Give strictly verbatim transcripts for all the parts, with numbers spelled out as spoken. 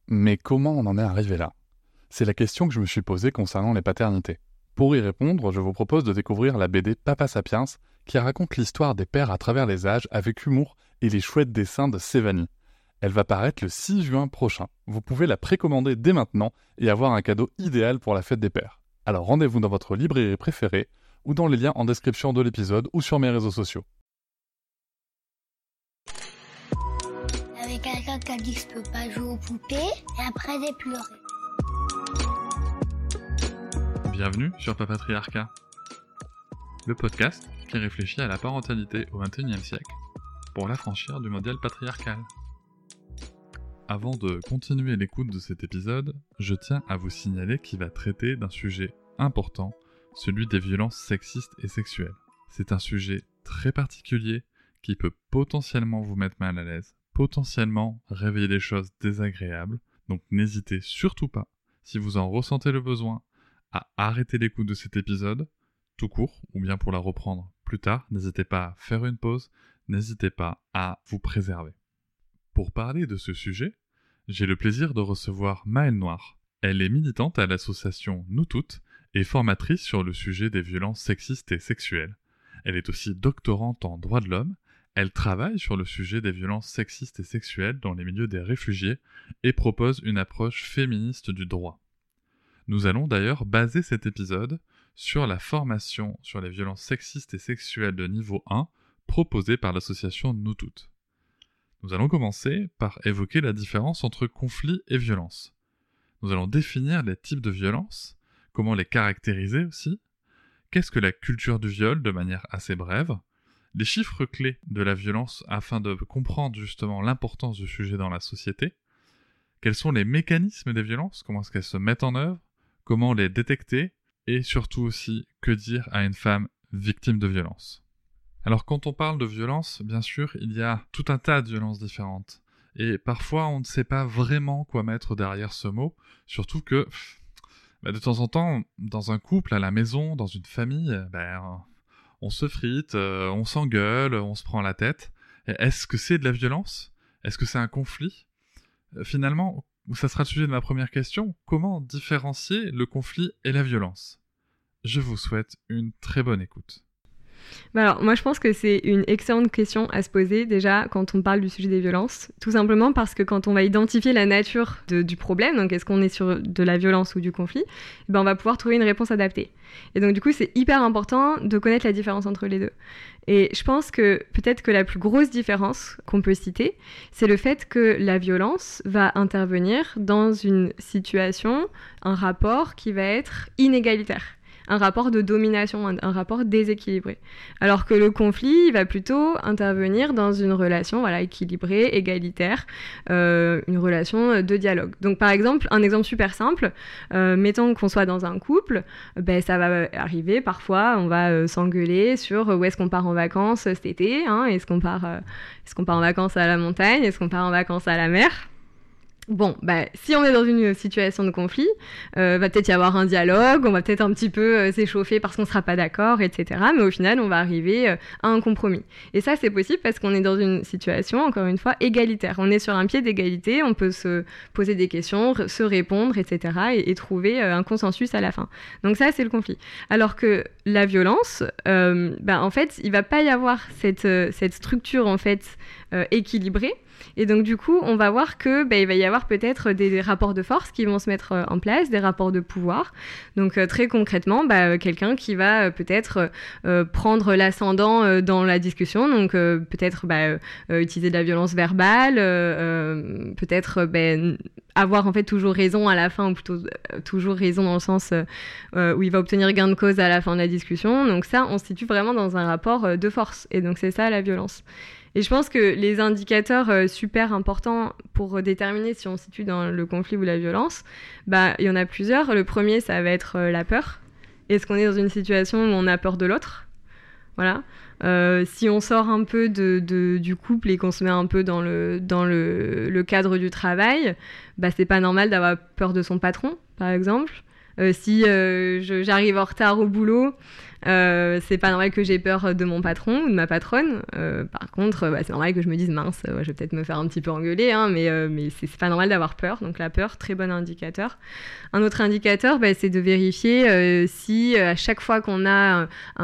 Mais comment on en est arrivé là ? C'est la question que je me suis posée concernant les paternités. Pour y répondre, je vous propose de découvrir la B D Papa Sapiens, qui raconte l'histoire des pères à travers les âges avec humour et les chouettes dessins de Sévanie. Elle va paraître le six juin prochain. Vous pouvez la précommander dès maintenant et avoir un cadeau idéal pour la fête des pères. Alors rendez-vous dans votre librairie préférée ou dans les liens en description de l'épisode ou sur mes réseaux sociaux. Il y avait quelqu'un qui a dit que je peux pas jouer aux poupées et après j'ai pleuré. Bienvenue sur Papatriarcat, le podcast qui réfléchit à la parentalité au vingt et unième siècle pour l'affranchir du modèle patriarcal. Avant de continuer l'écoute de cet épisode, je tiens à vous signaler qu'il va traiter d'un sujet important, celui des violences sexistes et sexuelles. C'est un sujet très particulier qui peut potentiellement vous mettre mal à l'aise, potentiellement réveiller des choses désagréables, donc n'hésitez surtout pas, si vous en ressentez le besoin, à arrêter l'écoute de cet épisode, tout court, ou bien pour la reprendre plus tard, n'hésitez pas à faire une pause, n'hésitez pas à vous préserver. Pour parler de ce sujet, j'ai le plaisir de recevoir Maëlle Noir. Elle est militante à l'association Nous Toutes et formatrice sur le sujet des violences sexistes et sexuelles. Elle est aussi doctorante en droits de l'homme, elle travaille sur le sujet des violences sexistes et sexuelles dans les milieux des réfugiés et propose une approche féministe du droit. Nous allons d'ailleurs baser cet épisode sur la formation sur les violences sexistes et sexuelles de niveau un proposée par l'association Nous Toutes. Nous allons commencer par évoquer la différence entre conflit et violence. Nous allons définir les types de violences, comment les caractériser aussi, qu'est-ce que la culture du viol de manière assez brève, les chiffres clés de la violence afin de comprendre justement l'importance du sujet dans la société, quels sont les mécanismes des violences, comment est-ce qu'elles se mettent en œuvre, comment les détecter, et surtout aussi, que dire à une femme victime de violence. Alors quand on parle de violence, bien sûr, il y a tout un tas de violences différentes. Et parfois, on ne sait pas vraiment quoi mettre derrière ce mot, surtout que, pff, bah de temps en temps, dans un couple, à la maison, dans une famille, bah, on se frite, euh, on s'engueule, on se prend la tête. Et est-ce que c'est de la violence ? Est-ce que c'est un conflit ? euh, Finalement, ça sera le sujet de ma première question. Comment différencier le conflit et la violence ? Je vous souhaite une très bonne écoute. Bah alors, moi je pense que c'est une excellente question à se poser déjà quand on parle du sujet des violences, tout simplement parce que quand on va identifier la nature de, du problème, donc est-ce qu'on est sur de la violence ou du conflit, ben on va pouvoir trouver une réponse adaptée. Et donc du coup c'est hyper important de connaître la différence entre les deux. Et je pense que peut-être que la plus grosse différence qu'on peut citer, c'est le fait que la violence va intervenir dans une situation, un rapport qui va être inégalitaire. Un rapport de domination, un, un rapport déséquilibré. Alors que le conflit, il va plutôt intervenir dans une relation voilà, équilibrée, égalitaire, euh, une relation de dialogue. Donc par exemple, un exemple super simple, euh, mettons qu'on soit dans un couple, ben, ça va arriver parfois, on va euh, s'engueuler sur où est-ce qu'on part en vacances cet été, hein, est-ce qu'on part, euh, est-ce qu'on part en vacances à la montagne, est-ce qu'on part en vacances à la mer ? Bon, bah, si on est dans une situation de conflit, euh, va peut-être y avoir un dialogue, on va peut-être un petit peu euh, s'échauffer parce qu'on ne sera pas d'accord, et cetera. Mais au final, on va arriver euh, à un compromis. Et ça, c'est possible parce qu'on est dans une situation, encore une fois, égalitaire. On est sur un pied d'égalité, on peut se poser des questions, re- se répondre, et cetera. Et, et trouver euh, un consensus à la fin. Donc ça, c'est le conflit. Alors que la violence, euh, bah, en fait, il ne va pas y avoir cette, euh, cette structure en fait, euh, équilibrée. Et donc du coup, on va voir que bah, il va y avoir peut-être des, des rapports de force qui vont se mettre euh, en place, des rapports de pouvoir. Donc euh, très concrètement, bah, euh, quelqu'un qui va euh, peut-être euh, prendre l'ascendant euh, dans la discussion, donc euh, peut-être bah, euh, utiliser de la violence verbale, euh, euh, peut-être bah, avoir en fait toujours raison à la fin, ou plutôt euh, toujours raison dans le sens euh, où il va obtenir gain de cause à la fin de la discussion. Donc ça, on se situe vraiment dans un rapport euh, de force. Et donc c'est ça la violence. Et je pense que les indicateurs euh, super importants pour déterminer si on se situe dans le conflit ou la violence, bah, il y en a plusieurs. Le premier, ça va être euh, la peur. Est-ce qu'on est dans une situation où on a peur de l'autre ? Voilà. Euh, si on sort un peu de, de, du couple et qu'on se met un peu dans le, dans le, le cadre du travail, bah, c'est pas normal d'avoir peur de son patron, par exemple. Euh, si euh, je, j'arrive en retard au boulot, Euh, c'est pas normal que j'ai peur de mon patron ou de ma patronne. Euh, par contre, bah, c'est normal que je me dise mince, euh, je vais peut-être me faire un petit peu engueuler, hein, mais, euh, mais c'est, c'est pas normal d'avoir peur. Donc la peur, très bon indicateur. Un autre indicateur, bah, c'est de vérifier euh, si euh, à chaque fois qu'on a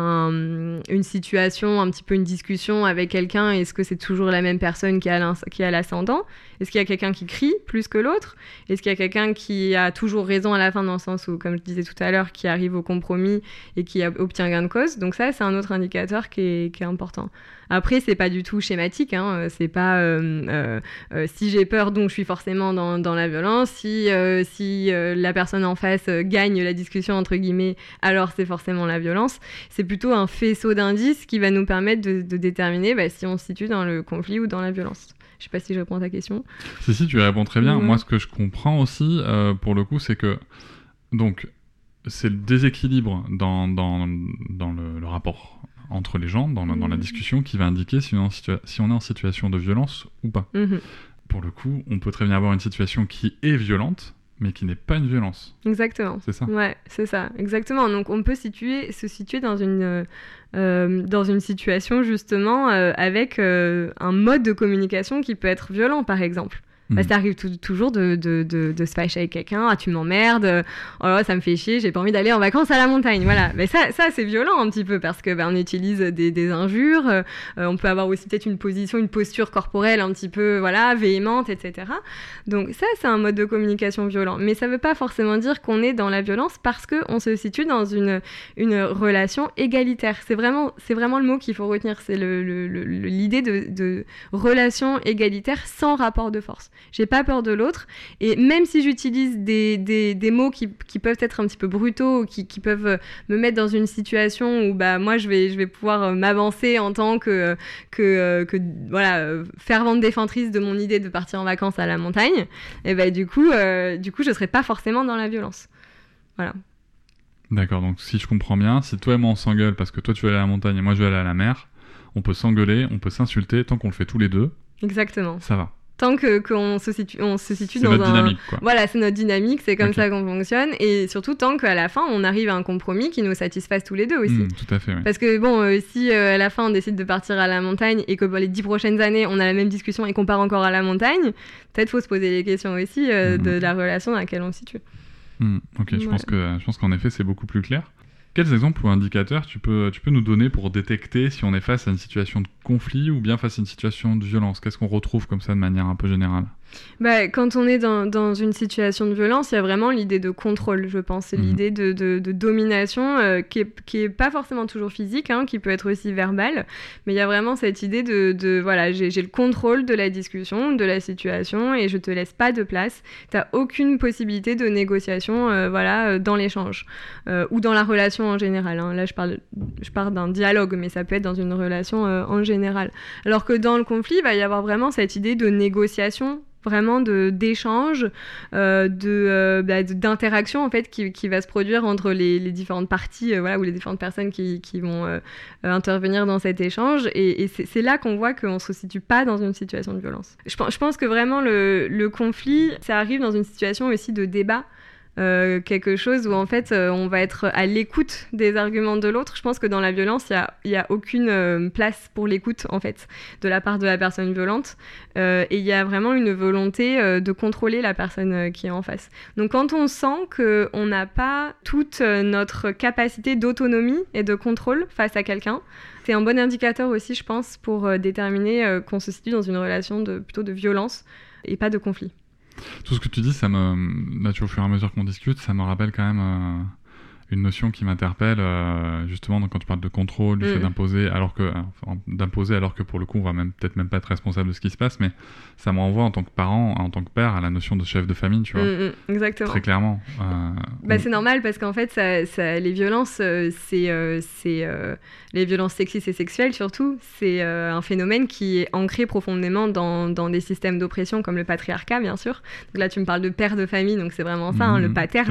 un, une situation, un petit peu une discussion avec quelqu'un, est-ce que c'est toujours la même personne qui a, qui a l'ascendant ? Est-ce qu'il y a quelqu'un qui crie plus que l'autre ? Est-ce qu'il y a quelqu'un qui a toujours raison à la fin, dans le sens où, comme je disais tout à l'heure, qui arrive au compromis et qui obtient gain de cause ? Donc ça, c'est un autre indicateur qui est, qui est important. Après, c'est pas du tout schématique, hein. C'est pas euh, euh, euh, si j'ai peur, donc je suis forcément dans, dans la violence. Si, euh, si euh, la personne en face euh, gagne la discussion, entre guillemets, alors c'est forcément la violence. C'est plutôt un faisceau d'indices qui va nous permettre de, de déterminer bah, si on se situe dans le conflit ou dans la violence. Je sais pas si je réponds à ta question. Si, si, tu réponds très bien. Ouais. Moi, ce que je comprends aussi, euh, pour le coup, c'est que donc, c'est le déséquilibre dans, dans, dans le, le rapport entre les gens, dans, le, mmh. dans la discussion, qui va indiquer si on, est en situa- si on est en situation de violence ou pas. Mmh. Pour le coup, on peut très bien avoir une situation qui est violente, mais qui n'est pas une violence. Exactement. C'est ça ? Ouais, c'est ça, exactement. Donc on peut situer, se situer dans une, euh, dans une situation justement euh, avec euh, un mode de communication qui peut être violent, par exemple. Bah, ça arrive tout, toujours de, de, de, de se fâcher avec quelqu'un, ah tu m'emmerdes, oh là, ça me fait chier, j'ai pas envie d'aller en vacances à la montagne, voilà. Mais ça, ça c'est violent un petit peu parce que bah, on utilise des, des injures, euh, on peut avoir aussi peut-être une position, une posture corporelle un petit peu voilà véhémente, et cetera. Donc ça c'est un mode de communication violent, mais ça veut pas forcément dire qu'on est dans la violence parce que on se situe dans une une relation égalitaire. C'est vraiment c'est vraiment le mot qu'il faut retenir, c'est le, le, le, l'idée de, de relation égalitaire sans rapport de force. J'ai pas peur de l'autre, et même si j'utilise des, des, des mots qui, qui peuvent être un petit peu brutaux, qui, qui peuvent me mettre dans une situation où bah, moi je vais, je vais pouvoir m'avancer en tant que, que, que voilà, fervente défensrice de mon idée de partir en vacances à la montagne, et bah, du coup, euh, du coup je serai pas forcément dans la violence. Voilà. D'accord, donc si je comprends bien, si toi et moi on s'engueule parce que toi tu veux aller à la montagne et moi je veux aller à la mer, on peut s'engueuler, on peut s'insulter, tant qu'on le fait tous les deux. Exactement. Ça va. Tant que qu'on se situe, on se situe c'est dans notre un... dynamique, quoi. Voilà, c'est notre dynamique, c'est comme okay. ça qu'on fonctionne, et surtout tant qu'à la fin, on arrive à un compromis qui nous satisfasse tous les deux aussi. Mmh, tout à fait, oui. Parce que bon, euh, si euh, à la fin on décide de partir à la montagne et que pour les dix prochaines années on a la même discussion et qu'on part encore à la montagne, peut-être faut se poser les questions aussi euh, mmh. de la relation dans laquelle on se situe. Mmh, ok, ouais. je pense que je pense qu'en effet c'est beaucoup plus clair. Quels exemples ou indicateurs tu peux, tu peux nous donner pour détecter si on est face à une situation de conflit ou bien face à une situation de violence ? Qu'est-ce qu'on retrouve comme ça de manière un peu générale ? Bah, quand on est dans, dans une situation de violence, il y a vraiment l'idée de contrôle, je pense. C'est mmh. l'idée de, de, de domination euh, qui est, qui est pas forcément toujours physique, hein, qui peut être aussi verbale. Mais il y a vraiment cette idée de, de voilà, j'ai, j'ai le contrôle de la discussion, de la situation, et je te laisse pas de place. T'as aucune possibilité de négociation euh, voilà, dans l'échange euh, ou dans la relation en général. Hein. Là, je parle, je parle d'un dialogue, mais ça peut être dans une relation euh, en général. Alors que dans le conflit, il va y avoir vraiment cette idée de négociation, vraiment de, d'échange, euh, de, euh, bah, d'interaction en fait, qui, qui va se produire entre les, les différentes parties, euh, voilà, ou les différentes personnes qui, qui vont euh, intervenir dans cet échange. Et, et c'est, c'est là qu'on voit qu'on ne se situe pas dans une situation de violence. Je, je pense que vraiment le, le conflit, ça arrive dans une situation aussi de débat. Euh, quelque chose où en fait euh, on va être à l'écoute des arguments de l'autre. Je pense que dans la violence, il y a, y a aucune euh, place pour l'écoute en fait de la part de la personne violente, euh, et il y a vraiment une volonté euh, de contrôler la personne euh, qui est en face. Donc quand on sent qu'on n'a pas toute euh, notre capacité d'autonomie et de contrôle face à quelqu'un, c'est un bon indicateur aussi, je pense, pour euh, déterminer euh, qu'on se situe dans une relation de, plutôt de violence et pas de conflit. Tout ce que tu dis, ça me, là, au fur et à mesure qu'on discute, ça me rappelle quand même euh, une notion qui m'interpelle, euh, justement, donc, quand tu parles de contrôle, du mmh. fait d'imposer, alors que, enfin, d'imposer, alors que pour le coup, on va même peut-être même pas être responsable de ce qui se passe, mais ça me renvoie en tant que parent, en tant que père, à la notion de chef de famille, tu vois. Mmh, exactement. Très clairement. Euh, bah, on... c'est normal parce qu'en fait, ça, ça, les violences, euh, c'est, euh, c'est euh, les violences sexistes et sexuelles surtout, c'est euh, un phénomène qui est ancré profondément dans, dans des systèmes d'oppression comme le patriarcat, bien sûr. Donc là, tu me parles de père de famille, donc c'est vraiment ça, mmh, hein, le pater, le, le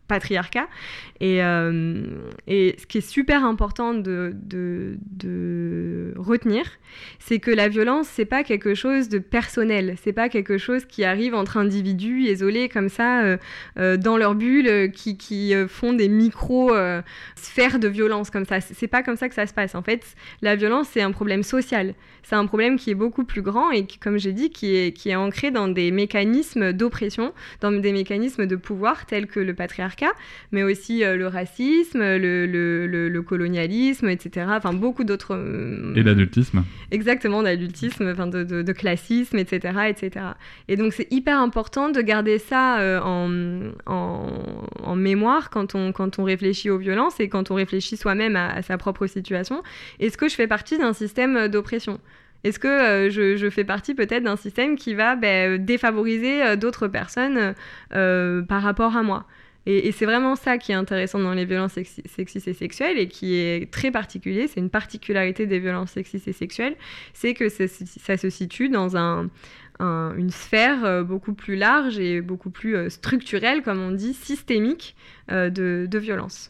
patriarcat. Et, euh, et ce qui est super important de, de, de retenir, c'est que la violence, c'est pas quelque chose de personnel, c'est pas quelque chose qui arrive entre individus isolés comme ça, euh, euh, dans leur bulle, euh, qui, qui euh, font des micro-sphères euh, de violence comme ça. C'est pas comme ça que ça se passe. En fait, la violence, c'est un problème social. C'est un problème qui est beaucoup plus grand et qui, comme j'ai dit, qui est, qui est ancré dans des mécanismes d'oppression, dans des mécanismes de pouvoir tels que le patriarcat, mais aussi euh, le racisme, le, le, le, le colonialisme, et cetera. Enfin, beaucoup d'autres... Euh, et l'adultisme. Exactement, d'adultisme, enfin, de, de, de classisme, et cetera, et cetera. Et donc, c'est hyper important de garder ça euh, en, en, en mémoire quand on, quand on réfléchit aux violences et quand on réfléchit soi-même à, à sa propre situation. Est-ce que je fais partie d'un système d'oppression ? Est-ce que euh, je, je fais partie peut-être d'un système qui va bah, défavoriser euh, d'autres personnes euh, par rapport à moi ? Et, et c'est vraiment ça qui est intéressant dans les violences sexi- sexistes et sexuelles et qui est très particulier, c'est une particularité des violences sexistes et sexuelles, c'est que ça, ça se situe dans un, un, une sphère euh, beaucoup plus large et beaucoup plus euh, structurelle, comme on dit, systémique euh, de, de violence.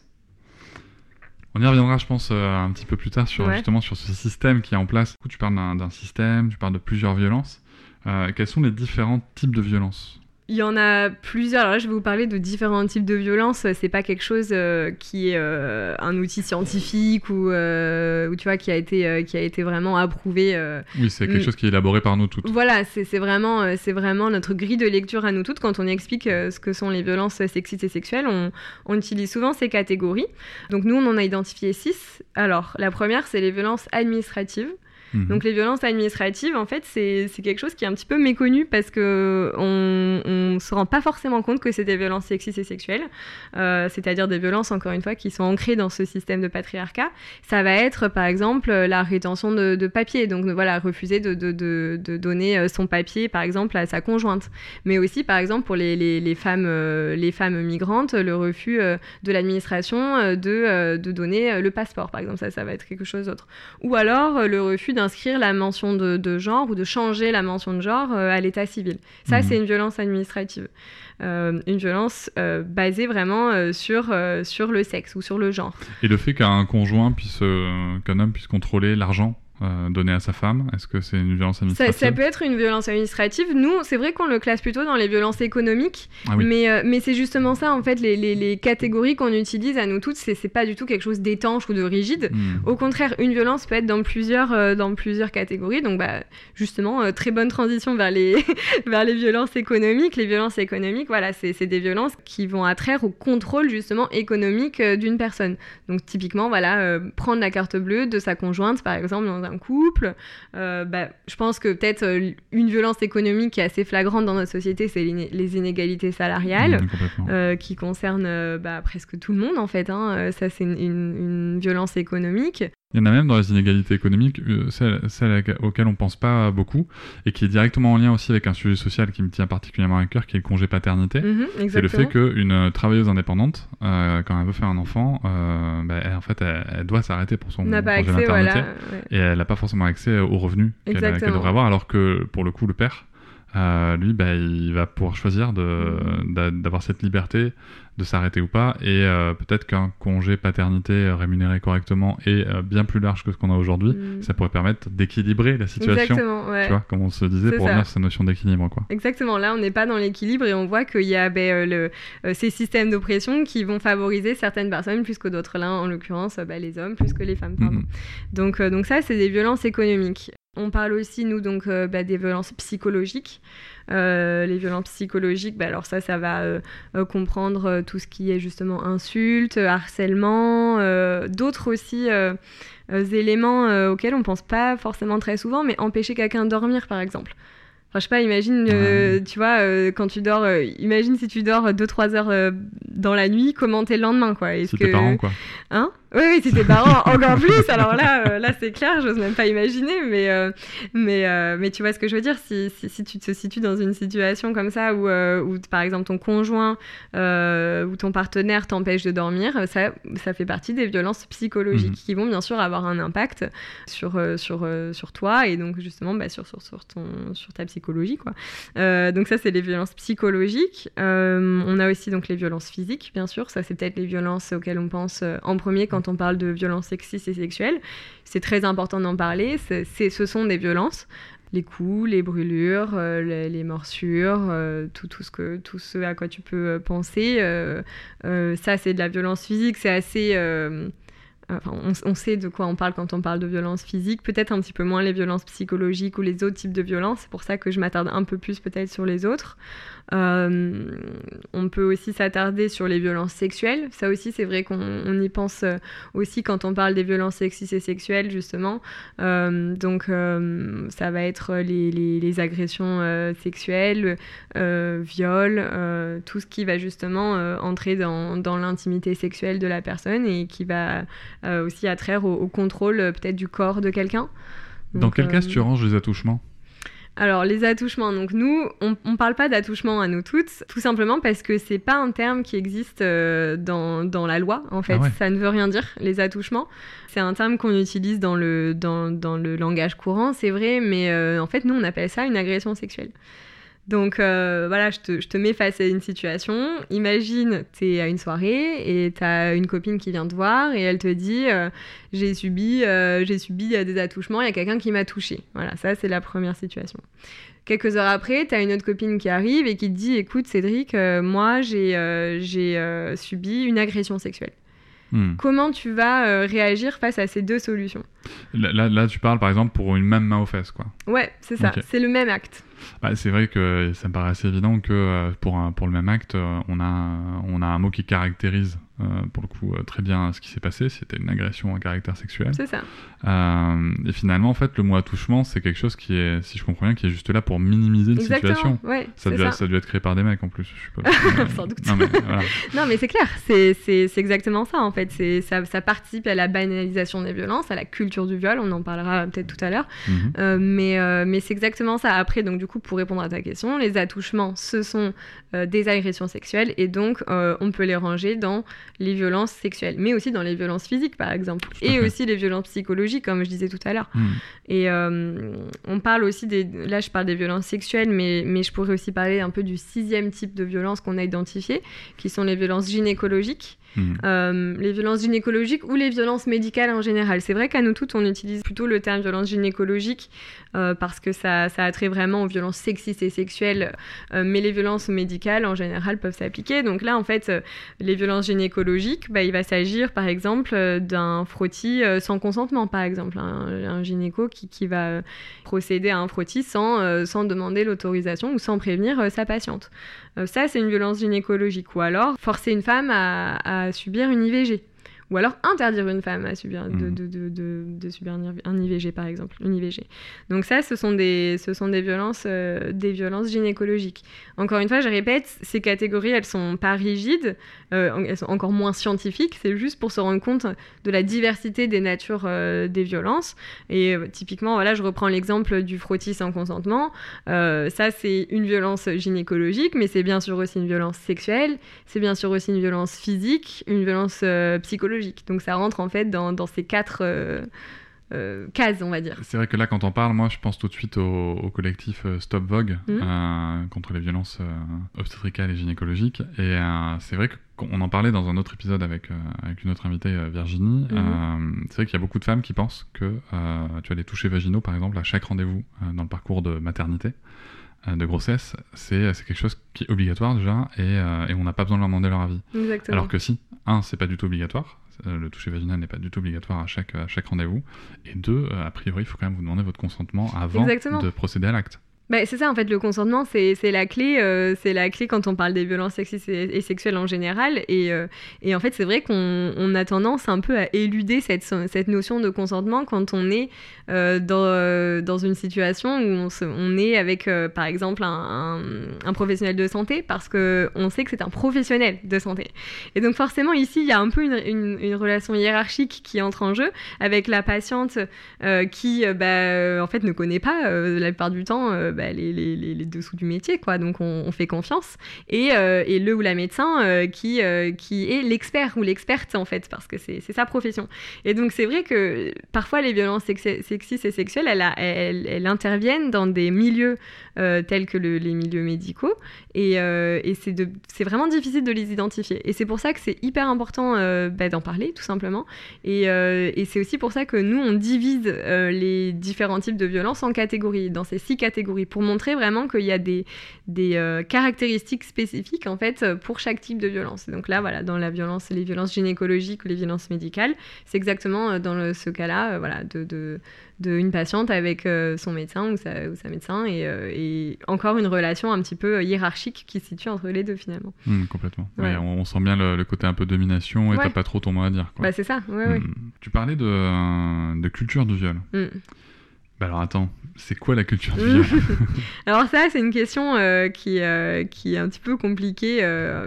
On y reviendra, je pense, euh, un petit peu plus tard sur, Ouais. justement sur ce système qui est en place. Du coup, tu parles d'un, d'un système, tu parles de plusieurs violences. Euh, quels sont les différents types de violences ? Il y en a plusieurs. Alors là, je vais vous parler de différents types de violences. C'est pas quelque chose euh, qui est euh, un outil scientifique ou, euh, ou tu vois, qui a été, euh, qui a été vraiment approuvé. Euh, Oui, c'est quelque Mm. chose qui est élaboré par nous toutes. Voilà, c'est, c'est, vraiment, euh, c'est vraiment notre grille de lecture à nous toutes. Quand on explique euh, ce que sont les violences sexistes et sexuelles, on, on utilise souvent ces catégories. Donc nous, on en a identifié six. Alors, la première, c'est les violences administratives. Mhm. Donc les violences administratives, en fait, c'est, c'est quelque chose qui est un petit peu méconnu parce qu'on ne se rend pas forcément compte que c'est des violences sexistes et sexuelles, euh, c'est-à-dire des violences, encore une fois, qui sont ancrées dans ce système de patriarcat. Ça va être, par exemple, la rétention de, de papier, donc voilà, refuser de, de, de, de donner son papier, par exemple, à sa conjointe. Mais aussi, par exemple, pour les, les, les, femmes, euh, les femmes migrantes, le refus euh, de l'administration euh, de, euh, de donner euh, le passeport, par exemple, ça, ça va être quelque chose d'autre. Ou alors, euh, le refus d'un inscrire la mention de, de genre ou de changer la mention de genre euh, à l'état civil. Ça, mmh. c'est une violence administrative. Euh, une violence euh, basée vraiment euh, sur, euh, sur le sexe ou sur le genre. Et le fait qu'un conjoint puisse, euh, qu'un homme puisse contrôler l'argent euh, donné à sa femme, est-ce que c'est une violence administrative ? ça, ça peut être une violence administrative. Nous, c'est vrai qu'on le classe plutôt dans les violences économiques, ah oui. mais, euh, mais c'est justement ça, en fait, les, les, les catégories qu'on utilise à nous toutes, c'est, c'est pas du tout quelque chose d'étanche ou de rigide. Mmh. Au contraire, une violence peut être dans plusieurs, euh, dans plusieurs catégories. Donc, bah, justement, euh, très bonne transition vers les, vers les violences économiques. Les violences économiques, voilà, c'est, c'est des violences qui vont attraire au contrôle, justement, économique euh, d'une personne. Donc, typiquement, voilà, euh, prendre la carte bleue de sa conjointe, par exemple, dans un couple. Euh, bah, je pense que peut-être euh, une violence économique qui est assez flagrante dans notre société, c'est les, les inégalités salariales, mmh, euh, qui concernent euh, bah, presque tout le monde, en fait. Hein. Ça, c'est une, une, une violence économique. Il y en a même dans les inégalités économiques, euh, celle, celle auxquelles on ne pense pas beaucoup, et qui est directement en lien aussi avec un sujet social qui me tient particulièrement à cœur, qui est le congé paternité. Mmh, c'est le fait qu'une travailleuse indépendante, euh, quand elle veut faire un enfant, euh, bah, elle, en fait, elle, elle doit s'arrêter pour son n'a congé pas accès, maternité, voilà, ouais. Et elle n'a pas forcément accès aux revenus qu'elle, qu'elle devrait avoir, alors que pour le coup, le père, euh, lui, bah, il va pouvoir choisir de, mmh. d'avoir cette liberté de s'arrêter ou pas, et euh, peut-être qu'un congé paternité rémunéré correctement est euh, bien plus large que ce qu'on a aujourd'hui, mmh. ça pourrait permettre d'équilibrer la situation. Exactement, ouais. Tu vois, comme on se disait, c'est pour ça. revenir sur cette notion d'équilibre, quoi. Exactement, là on n'est pas dans l'équilibre et on voit qu'il y a ben, euh, le, euh, ces systèmes d'oppression qui vont favoriser certaines personnes plus que d'autres, là en l'occurrence ben, les hommes plus que les femmes, pardon. Mmh. Donc, euh, donc ça c'est des violences économiques. On parle aussi, nous, donc, euh, bah, des violences psychologiques. Euh, les violences psychologiques, bah, alors ça, ça va euh, euh, comprendre euh, tout ce qui est justement insultes, harcèlement, euh, d'autres aussi euh, euh, éléments euh, auxquels on pense pas forcément très souvent, mais empêcher quelqu'un de dormir, par exemple. Enfin, je sais pas, imagine, euh, tu vois, euh, quand tu dors, euh, imagine si tu dors deux trois heures euh, dans la nuit, comment t'es le lendemain, quoi. Est-ce c'est que... tes parents, quoi. Hein ? Oui, oui, c'est tes parents, encore plus. Alors là, euh, là c'est clair, j'ose même pas imaginer, mais, euh, mais, euh, mais tu vois ce que je veux dire, si, si, si tu te situes dans une situation comme ça, où, euh, où par exemple ton conjoint euh, ou ton partenaire t'empêche de dormir, ça, ça fait partie des violences psychologiques mmh. qui vont bien sûr avoir un impact sur, euh, sur, euh, sur toi et donc justement bah, sur, sur, sur, ton, sur ta psychologie, quoi. Euh, donc ça, c'est les violences psychologiques. Euh, on a aussi donc les violences physiques. physiques, bien sûr. Ça, c'est peut-être les violences auxquelles on pense euh, en premier quand on parle de violences sexistes et sexuelles. C'est très important d'en parler. C'est, c'est, ce sont des violences. Les coups, les brûlures, euh, les, les morsures, euh, tout, tout, ce que, tout ce à quoi tu peux penser. Euh, euh, ça, c'est de la violence physique. C'est assez... Euh, Enfin, on, on sait de quoi on parle quand on parle de violence physique, peut-être un petit peu moins les violences psychologiques ou les autres types de violences, c'est pour ça que je m'attarde un peu plus peut-être sur les autres. Euh, on peut aussi s'attarder sur les violences sexuelles, ça aussi c'est vrai qu'on on y pense aussi quand on parle des violences sexistes et sexuelles justement, euh, donc euh, ça va être les, les, les agressions euh, sexuelles, euh, viols, euh, tout ce qui va justement euh, entrer dans, dans l'intimité sexuelle de la personne et qui va Euh, aussi attraire au, au contrôle euh, peut-être du corps de quelqu'un. Dans donc, quel euh... cas tu ranges les attouchements ? Alors les attouchements, donc nous, on ne parle pas d'attouchement à nous toutes, tout simplement parce que c'est pas un terme qui existe euh, dans, dans la loi, en fait. Ah ouais. Ça ne veut rien dire, les attouchements. C'est un terme qu'on utilise dans le, dans, dans le langage courant, c'est vrai, mais euh, en fait, nous, on appelle ça une agression sexuelle. Donc euh, voilà, je te, je te mets face à une situation. Imagine, t'es à une soirée et t'as une copine qui vient te voir et elle te dit euh, j'ai subi, euh, j'ai subi des attouchements, il y a quelqu'un qui m'a touchée. Voilà, ça c'est la première situation. Quelques heures après, t'as une autre copine qui arrive et qui te dit écoute Cédric, euh, moi j'ai, euh, j'ai euh, subi une agression sexuelle. Hmm. Comment tu vas euh, réagir face à ces deux solutions ? là, là, là, tu parles par exemple pour une même main aux fesses, quoi. Ouais, c'est ça, okay. C'est le même acte. Bah, c'est vrai que ça me paraît assez évident que euh, pour, un, pour le même acte, euh, on, a, on a un mot qui caractérise euh, pour le coup euh, très bien ce qui s'est passé. C'était une agression à caractère sexuel. C'est ça. Euh, et finalement, en fait, le mot attouchement, c'est quelque chose qui est, si je comprends bien, qui est juste là pour minimiser une Exactement. situation. Ouais, ça, c'est doit, ça. ça doit être créé par des mecs en plus. Je sais pas. Sans doute. Non mais, voilà. non, mais c'est clair. C'est, c'est, c'est exactement ça en fait. C'est, ça, ça participe à la banalisation des violences, à la culture du viol. On en parlera peut-être tout à l'heure. Mm-hmm. Euh, mais, euh, mais c'est exactement ça. Après, donc du coup, pour répondre à ta question, les attouchements, ce sont euh, des agressions sexuelles et donc euh, on peut les ranger dans les violences sexuelles, mais aussi dans les violences physiques par exemple, et aussi les violences psychologiques comme je disais tout à l'heure. Mmh. Et euh, on parle aussi des, là je parle des violences sexuelles, mais, mais je pourrais aussi parler un peu du sixième type de violence qu'on a identifié, qui sont les violences gynécologiques. Mmh. Euh, les violences gynécologiques ou les violences médicales en général. C'est vrai qu'à nous toutes, on utilise plutôt le terme violence gynécologique euh, parce que ça, ça a trait vraiment aux violences sexistes et sexuelles, euh, mais les violences médicales en général peuvent s'appliquer. Donc là, en fait, euh, les violences gynécologiques, bah, il va s'agir par exemple euh, d'un frottis euh, sans consentement, par exemple, un, un gynéco qui, qui va euh, procéder à un frottis sans, euh, sans demander l'autorisation ou sans prévenir euh, sa patiente. Euh, ça, c'est une violence gynécologique. Ou alors, forcer une femme à, à subir une I V G. Ou alors interdire une femme à subir, de, de, de, de, de subir un I V G, par exemple, une I V G. Donc ça, ce sont des, ce sont des, violences, euh, des violences gynécologiques. Encore une fois, je répète, ces catégories, elles ne sont pas rigides, euh, elles sont encore moins scientifiques, c'est juste pour se rendre compte de la diversité des natures euh, des violences. Et euh, typiquement, voilà, je reprends l'exemple du frottis sans consentement. Euh, ça, c'est une violence gynécologique, mais c'est bien sûr aussi une violence sexuelle, c'est bien sûr aussi une violence physique, une violence euh, psychologique. Donc ça rentre en fait dans, dans ces quatre euh, euh, cases, on va dire. C'est vrai que là, quand on parle, moi je pense tout de suite au, au collectif euh, Stop Vogue mmh. euh, contre les violences euh, obstétricales et gynécologiques. Et euh, c'est vrai qu'on en parlait dans un autre épisode avec, euh, avec une autre invitée, euh, Virginie. Mmh. Euh, c'est vrai qu'il y a beaucoup de femmes qui pensent que euh, tu as des touchés vaginaux, par exemple, à chaque rendez-vous euh, dans le parcours de maternité, euh, de grossesse. C'est, c'est quelque chose qui est obligatoire déjà et, euh, et on n'a pas besoin de leur demander leur avis. Exactement. Alors que si, un, c'est pas du tout obligatoire. Le toucher vaginal n'est pas du tout obligatoire à chaque, à chaque rendez-vous. Et deux, a priori, il faut quand même vous demander votre consentement avant Exactement. de procéder à l'acte. Bah, c'est ça, en fait, le consentement, c'est, c'est la clé. Euh, c'est la clé quand on parle des violences sexistes et, et sexuelles en général. Et, euh, et en fait, c'est vrai qu'on on a tendance un peu à éluder cette, cette notion de consentement quand on est euh, dans, euh, dans une situation où on, se, on est avec, euh, par exemple, un, un, un professionnel de santé, parce qu'on sait que c'est un professionnel de santé. Et donc, forcément, ici, il y a un peu une, une, une relation hiérarchique qui entre en jeu avec la patiente euh, qui, euh, bah, en fait, ne connaît pas, euh, la plupart du temps, euh, bah, les, les, les, les dessous du métier, quoi. Donc on, on fait confiance. Et, euh, et le ou la médecin euh, qui, euh, qui est l'expert ou l'experte, en fait, parce que c'est, c'est sa profession. Et donc c'est vrai que parfois les violences sex- sexistes et sexuelles, elles, elles, elles interviennent dans des milieux euh, tels que le, les milieux médicaux. Et, euh, et c'est, de, c'est vraiment difficile de les identifier. Et c'est pour ça que c'est hyper important euh, bah, d'en parler, tout simplement. Et, euh, et c'est aussi pour ça que nous, on divise euh, les différents types de violences en catégories, dans ces six catégories, pour montrer vraiment qu'il y a des, des euh, caractéristiques spécifiques, en fait, pour chaque type de violence. Et donc là, voilà, dans la violence, les violences gynécologiques ou les violences médicales, c'est exactement dans le, ce cas-là, euh, voilà, de... de d'une patiente avec euh, son médecin ou sa, ou sa médecin et, euh, et encore une relation un petit peu hiérarchique qui se situe entre les deux finalement. Mmh, complètement. Ouais. Ouais, on, on sent bien le, le côté un peu domination et ouais. T'as pas trop ton mot à dire, quoi. Bah c'est ça, ouais, mmh. ouais. Tu parlais de, euh, de culture du viol. Mmh. Bah alors attends, c'est quoi la culture du viol? Alors ça, c'est une question euh, qui, euh, qui est un petit peu compliquée euh,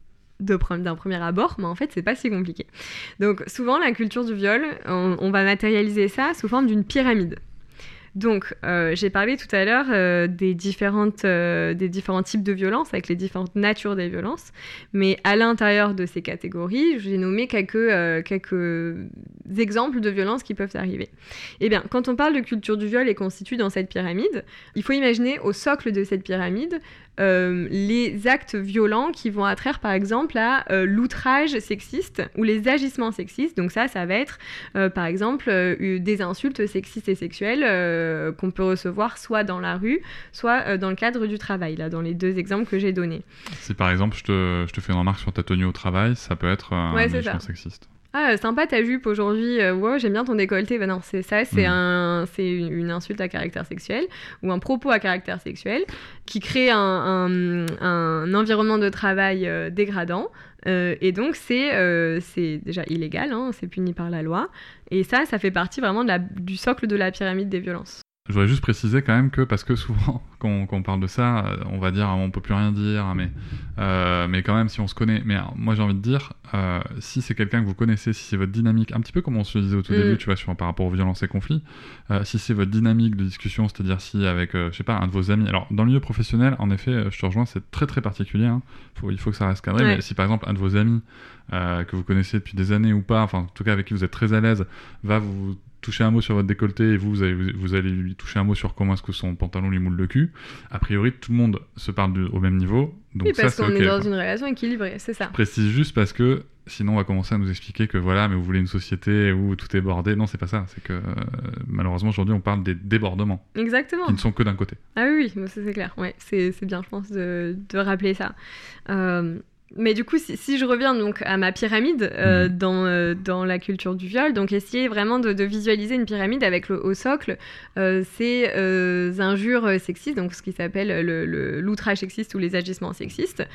De pre- d'un premier abord, mais en fait, c'est pas si compliqué. Donc, souvent, la culture du viol, on, on va matérialiser ça sous forme d'une pyramide. Donc, euh, j'ai parlé tout à l'heure euh, des, différentes, euh, des différents types de violences, avec les différentes natures des violences, mais à l'intérieur de ces catégories, j'ai nommé quelques, euh, quelques exemples de violences qui peuvent arriver. Eh bien, quand on parle de culture du viol et qu'on se situe dans cette pyramide, il faut imaginer au socle de cette pyramide Euh, les actes violents qui vont attraire par exemple à euh, l'outrage sexiste ou les agissements sexistes. Donc ça, ça va être euh, par exemple euh, des insultes sexistes et sexuelles euh, qu'on peut recevoir soit dans la rue, soit euh, dans le cadre du travail, là, dans les deux exemples que j'ai donnés. Si par exemple je te, je te fais une remarque sur ta tenue au travail, ça peut être euh, ouais, un agissement sexiste. Ah, sympa ta jupe aujourd'hui, euh, wow, j'aime bien ton décolleté. Ben non, c'est ça, c'est, mmh. un, c'est une, une insulte à caractère sexuel ou un propos à caractère sexuel qui crée un, un, un environnement de travail euh, dégradant. Euh, et donc, c'est, euh, c'est déjà illégal, hein, c'est puni par la loi. Et ça, ça fait partie vraiment de la, du socle de la pyramide des violences. Je voudrais juste préciser quand même que, parce que souvent, quand on, quand on parle de ça, on va dire, on peut plus rien dire, mais, euh, mais quand même, si on se connaît, mais moi j'ai envie de dire, euh, si c'est quelqu'un que vous connaissez, si c'est votre dynamique, un petit peu comme on se le disait au tout mmh. début, tu vois, sur, par rapport aux violences et conflits, euh, si c'est votre dynamique de discussion, c'est-à-dire si avec, euh, je sais pas, un de vos amis, alors dans le milieu professionnel, en effet, je te rejoins, c'est très très particulier, hein, faut, il faut que ça reste cadré, ouais. Mais si par exemple un de vos amis, euh, que vous connaissez depuis des années ou pas, enfin en tout cas avec qui vous êtes très à l'aise, va vous toucher un mot sur votre décolleté et vous, vous allez, vous allez lui toucher un mot sur comment est-ce que son pantalon lui moule le cul. A priori, tout le monde se parle de, au même niveau. Donc oui, parce ça, qu'on c'est est okay, dans quoi. Une relation équilibrée, c'est ça. Je précise juste parce que sinon on va commencer à nous expliquer que voilà, mais vous voulez une société où tout est bordé. Non, c'est pas ça. C'est que euh, malheureusement aujourd'hui on parle des débordements. Exactement. Qui ne sont que d'un côté. Ah oui, oui, ça c'est clair. Ouais, c'est, c'est bien, je pense, de, de rappeler ça. Euh... Mais du coup, si, si je reviens donc à ma pyramide euh, mmh. dans, euh, dans la culture du viol, donc essayer vraiment de, de visualiser une pyramide avec le, au socle euh, ces euh, injures sexistes, donc ce qui s'appelle le, le, l'outrage sexiste ou les agissements sexistes.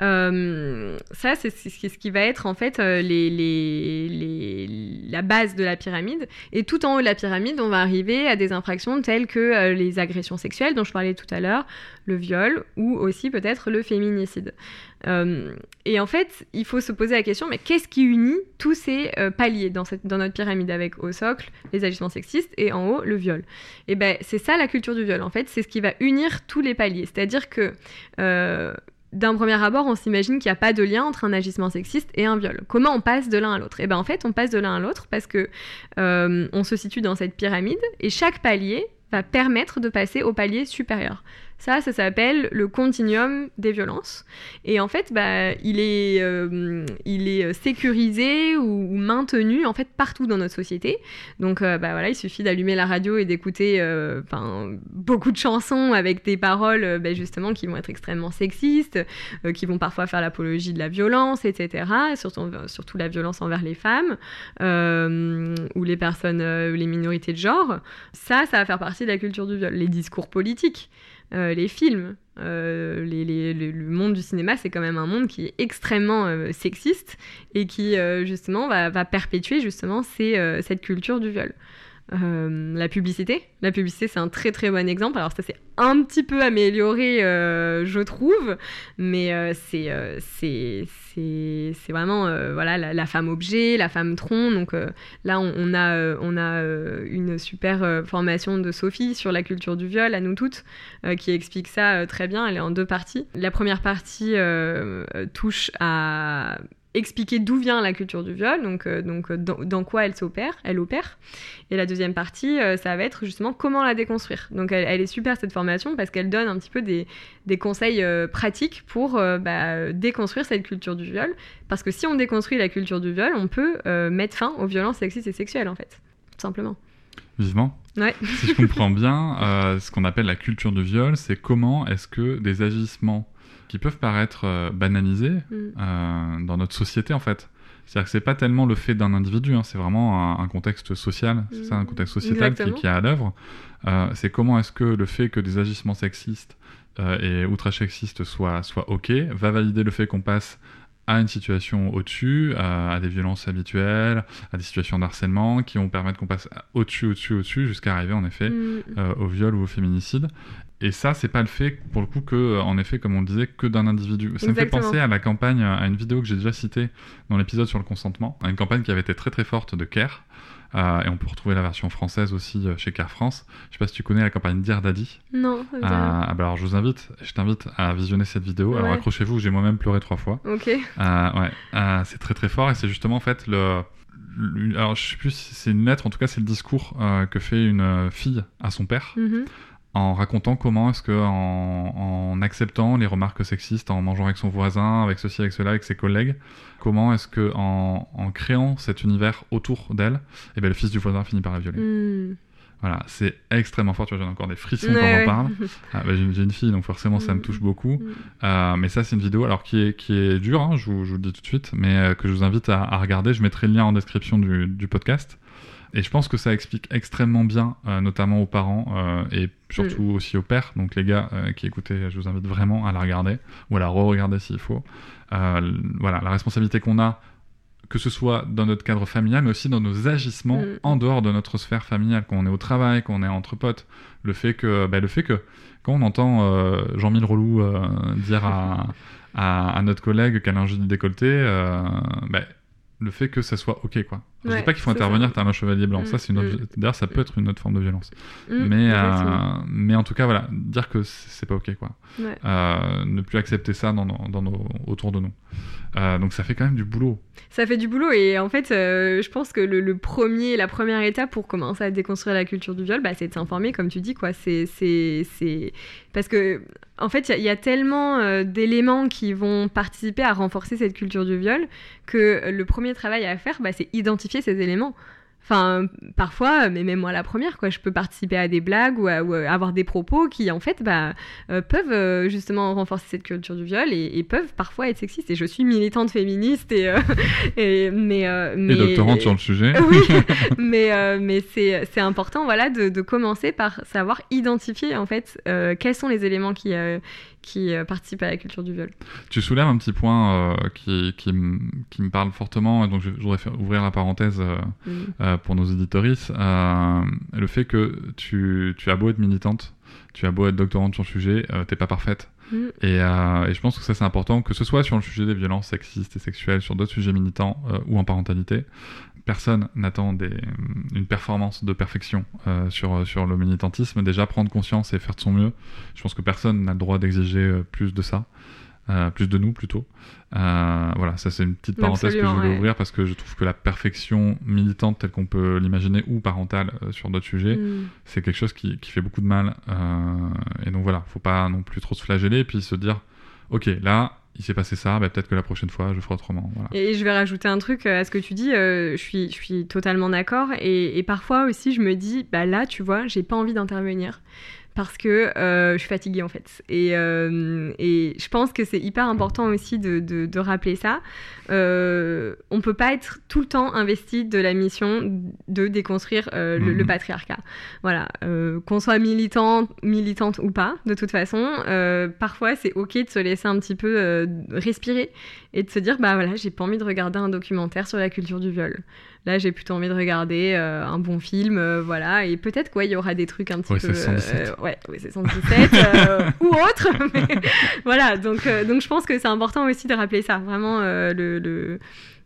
Euh, ça, c'est ce qui, ce qui va être en fait les, les, les, la base de la pyramide. Et tout en haut de la pyramide, on va arriver à des infractions telles que euh, les agressions sexuelles dont je parlais tout à l'heure, le viol ou aussi peut-être le féminicide. Euh, et en fait, il faut se poser la question, mais qu'est-ce qui unit tous ces euh, paliers dans, cette, dans notre pyramide avec au socle les agissements sexistes et en haut le viol? Et ben c'est ça la culture du viol. En fait, c'est ce qui va unir tous les paliers. C'est-à-dire que euh, d'un premier abord, on s'imagine qu'il n'y a pas de lien entre un agissement sexiste et un viol. Comment on passe de l'un à l'autre? Et ben en fait, on passe de l'un à l'autre parce que euh, on se situe dans cette pyramide et chaque palier va permettre de passer au palier supérieur. Ça, ça s'appelle le continuum des violences. Et en fait, bah, il est, euh, il est sécurisé ou, ou maintenu en fait partout dans notre société. Donc, euh, bah, voilà, il suffit d'allumer la radio et d'écouter euh, beaucoup de chansons avec des paroles bah, justement qui vont être extrêmement sexistes, euh, qui vont parfois faire l'apologie de la violence, et cetera. Surtout, surtout la violence envers les femmes euh, ou les personnes, euh, les minorités de genre. Ça, ça va faire partie de la culture du viol. Les discours politiques. Euh, les films, euh, les, les, les, le monde du cinéma, c'est quand même un monde qui est extrêmement euh, sexiste et qui, euh, justement, va, va perpétuer, justement, ces, euh, cette culture du viol. Euh, la publicité. La publicité, c'est un très très bon exemple. Alors ça, c'est un petit peu amélioré, euh, je trouve, mais euh, c'est, euh, c'est, c'est, c'est vraiment euh, voilà, la, la femme objet, la femme tronc. Donc euh, là, on, on a, euh, on a euh, une super euh, formation de Sophie sur la culture du viol, à nous toutes, euh, qui explique ça euh, très bien. Elle est en deux parties. La première partie euh, touche à expliquer d'où vient la culture du viol, donc, euh, donc dans, dans quoi elle s'opère, elle opère. Et la deuxième partie, euh, ça va être justement comment la déconstruire. Donc elle, elle est super cette formation parce qu'elle donne un petit peu des, des conseils euh, pratiques pour euh, bah, déconstruire cette culture du viol. Parce que si on déconstruit la culture du viol, on peut euh, mettre fin aux violences sexistes et sexuelles en fait, tout simplement. Vivement. Ouais. Si je comprends bien, euh, ce qu'on appelle la culture du viol, c'est comment est-ce que des agissements qui peuvent paraître euh, banalisés mm. euh, dans notre société en fait. C'est-à-dire que c'est pas tellement le fait d'un individu, hein, c'est vraiment un, un contexte social, mm. c'est ça, un contexte sociétal qui, qui est à l'œuvre. Euh, c'est comment est-ce que le fait que des agissements sexistes euh, et outrage sexistes soient, soient ok, va valider le fait qu'on passe à une situation au-dessus, à, à des violences habituelles, à des situations d'harcèlement qui vont permettre qu'on passe au-dessus, au-dessus, au-dessus, jusqu'à arriver en effet mm. euh, au viol ou au féminicide. Et ça, c'est pas le fait, pour le coup, que, en effet, comme on le disait, que d'un individu. Ça Exactement. Me fait penser à la campagne, à une vidéo que j'ai déjà citée dans l'épisode sur le consentement, à une campagne qui avait été très très forte de CARE, euh, et on peut retrouver la version française aussi chez CARE France. Je sais pas si tu connais la campagne Dear Daddy. Non, ça me dit euh, rien. ah bah alors je vous invite, je t'invite à visionner cette vidéo. Ouais. Alors accrochez-vous, j'ai moi-même pleuré trois fois. Ok. Euh, ouais, euh, c'est très très fort, et c'est justement en fait le... le alors je sais plus si c'est une lettre, en tout cas c'est le discours euh, que fait une fille à son père. Mm-hmm. En racontant comment est-ce que, en, en acceptant les remarques sexistes, en mangeant avec son voisin, avec ceci, avec cela, avec ses collègues, comment est-ce que, en, en créant cet univers autour d'elle, eh ben, le fils du voisin finit par la violer. Mm. Voilà, c'est extrêmement fort. Tu vois, j'ai encore des frissons ouais, quand on en parle. Ah, bah, j'ai, j'ai une fille, donc forcément, ça me touche beaucoup. Mm. Euh, mais ça, c'est une vidéo, alors qui est, qui est dure, hein, je, vous, je vous le dis tout de suite, mais euh, que je vous invite à, à regarder. Je mettrai le lien en description du, du podcast. Et je pense que ça explique extrêmement bien, euh, notamment aux parents euh, et surtout mmh. aussi aux pères. Donc les gars euh, qui écoutez, je vous invite vraiment à la regarder ou à la re-regarder s'il faut. Euh, voilà, la responsabilité qu'on a, que ce soit dans notre cadre familial, mais aussi dans nos agissements mmh. en dehors de notre sphère familiale, quand on est au travail, quand on est entre potes. Le fait que, bah, le fait que quand on entend euh, Jean-Mille Relou euh, dire à, à, à notre collègue qu'elle a un jeudi décolleté, euh, bah, le fait que ça soit ok quoi. Je ouais, dis pas qu'il faut intervenir, t'as un chevalier blanc, mmh, ça c'est une autre... mmh. D'ailleurs ça peut être une autre forme de violence. Mmh, mais, euh, mais en tout cas voilà, dire que c'est pas ok quoi. Ouais. Euh, ne plus accepter ça dans nos, dans nos... autour de nous. Euh, donc ça fait quand même du boulot. Ça fait du boulot et en fait euh, je pense que le, le premier, la première étape pour commencer à déconstruire la culture du viol, bah, c'est de s'informer comme tu dis quoi. C'est, c'est, c'est... Parce que en fait il y, y a tellement euh, d'éléments qui vont participer à renforcer cette culture du viol que le premier travail à faire bah, c'est identifier ces éléments. Enfin, parfois, mais même moi la première, quoi, je peux participer à des blagues ou, à, ou à avoir des propos qui, en fait, bah, euh, peuvent euh, justement renforcer cette culture du viol et, et peuvent parfois être sexistes. Et je suis militante féministe et, euh, et mais, euh, mais et doctorante sur le sujet. Oui, mais euh, mais c'est c'est important, voilà, de, de commencer par savoir identifier en fait euh, quels sont les éléments qui euh, qui euh, participent à la culture du viol. Tu soulèves un petit point euh, qui, qui, m- qui me parle fortement, et donc je, je voudrais faire ouvrir la parenthèse euh, mmh. euh, pour nos auditoristes. Euh, le fait que tu, tu as beau être militante, tu as beau être doctorante sur le sujet, euh, t'es pas parfaite. Mmh. Et, euh, et je pense que ça c'est important, que ce soit sur le sujet des violences sexistes et sexuelles, sur d'autres sujets militants euh, ou en parentalité. Personne n'attend des, une performance de perfection euh, sur, sur le militantisme. Déjà, prendre conscience et faire de son mieux. Je pense que personne n'a le droit d'exiger plus de ça, euh, plus de nous plutôt. Euh, voilà, ça c'est une petite parenthèse Absolument, que je voulais ouais. ouvrir parce que je trouve que la perfection militante telle qu'on peut l'imaginer ou parentale euh, sur d'autres sujets, mm. c'est quelque chose qui, qui fait beaucoup de mal. Euh, et donc voilà, faut pas non plus trop se flageller et puis se dire, ok, là, il s'est passé ça, bah peut-être que la prochaine fois, je ferai autrement. Voilà. Et je vais rajouter un truc à ce que tu dis, euh, je suis, je suis totalement d'accord. Et, et parfois aussi, je me dis, bah là, tu vois, j'ai pas envie d'intervenir. parce que euh, je suis fatiguée en fait. Et, euh, et je pense que c'est hyper important aussi de, de, de rappeler ça. Euh, on ne peut pas être tout le temps investi de la mission de déconstruire euh, le, mmh. le patriarcat. Voilà, euh, qu'on soit militant, militante ou pas, de toute façon, euh, parfois c'est ok de se laisser un petit peu euh, respirer et de se dire bah voilà, j'ai pas envie de regarder un documentaire sur la culture du viol. Là, j'ai plutôt envie de regarder euh, un bon film, euh, voilà, et peut-être qu'il y aura des trucs un petit ouais, peu... C'est euh, ouais, ouais, c'est cent dix-sept euh, ou autre, mais voilà, donc, euh, donc je pense que c'est important aussi de rappeler ça, vraiment euh, le... le...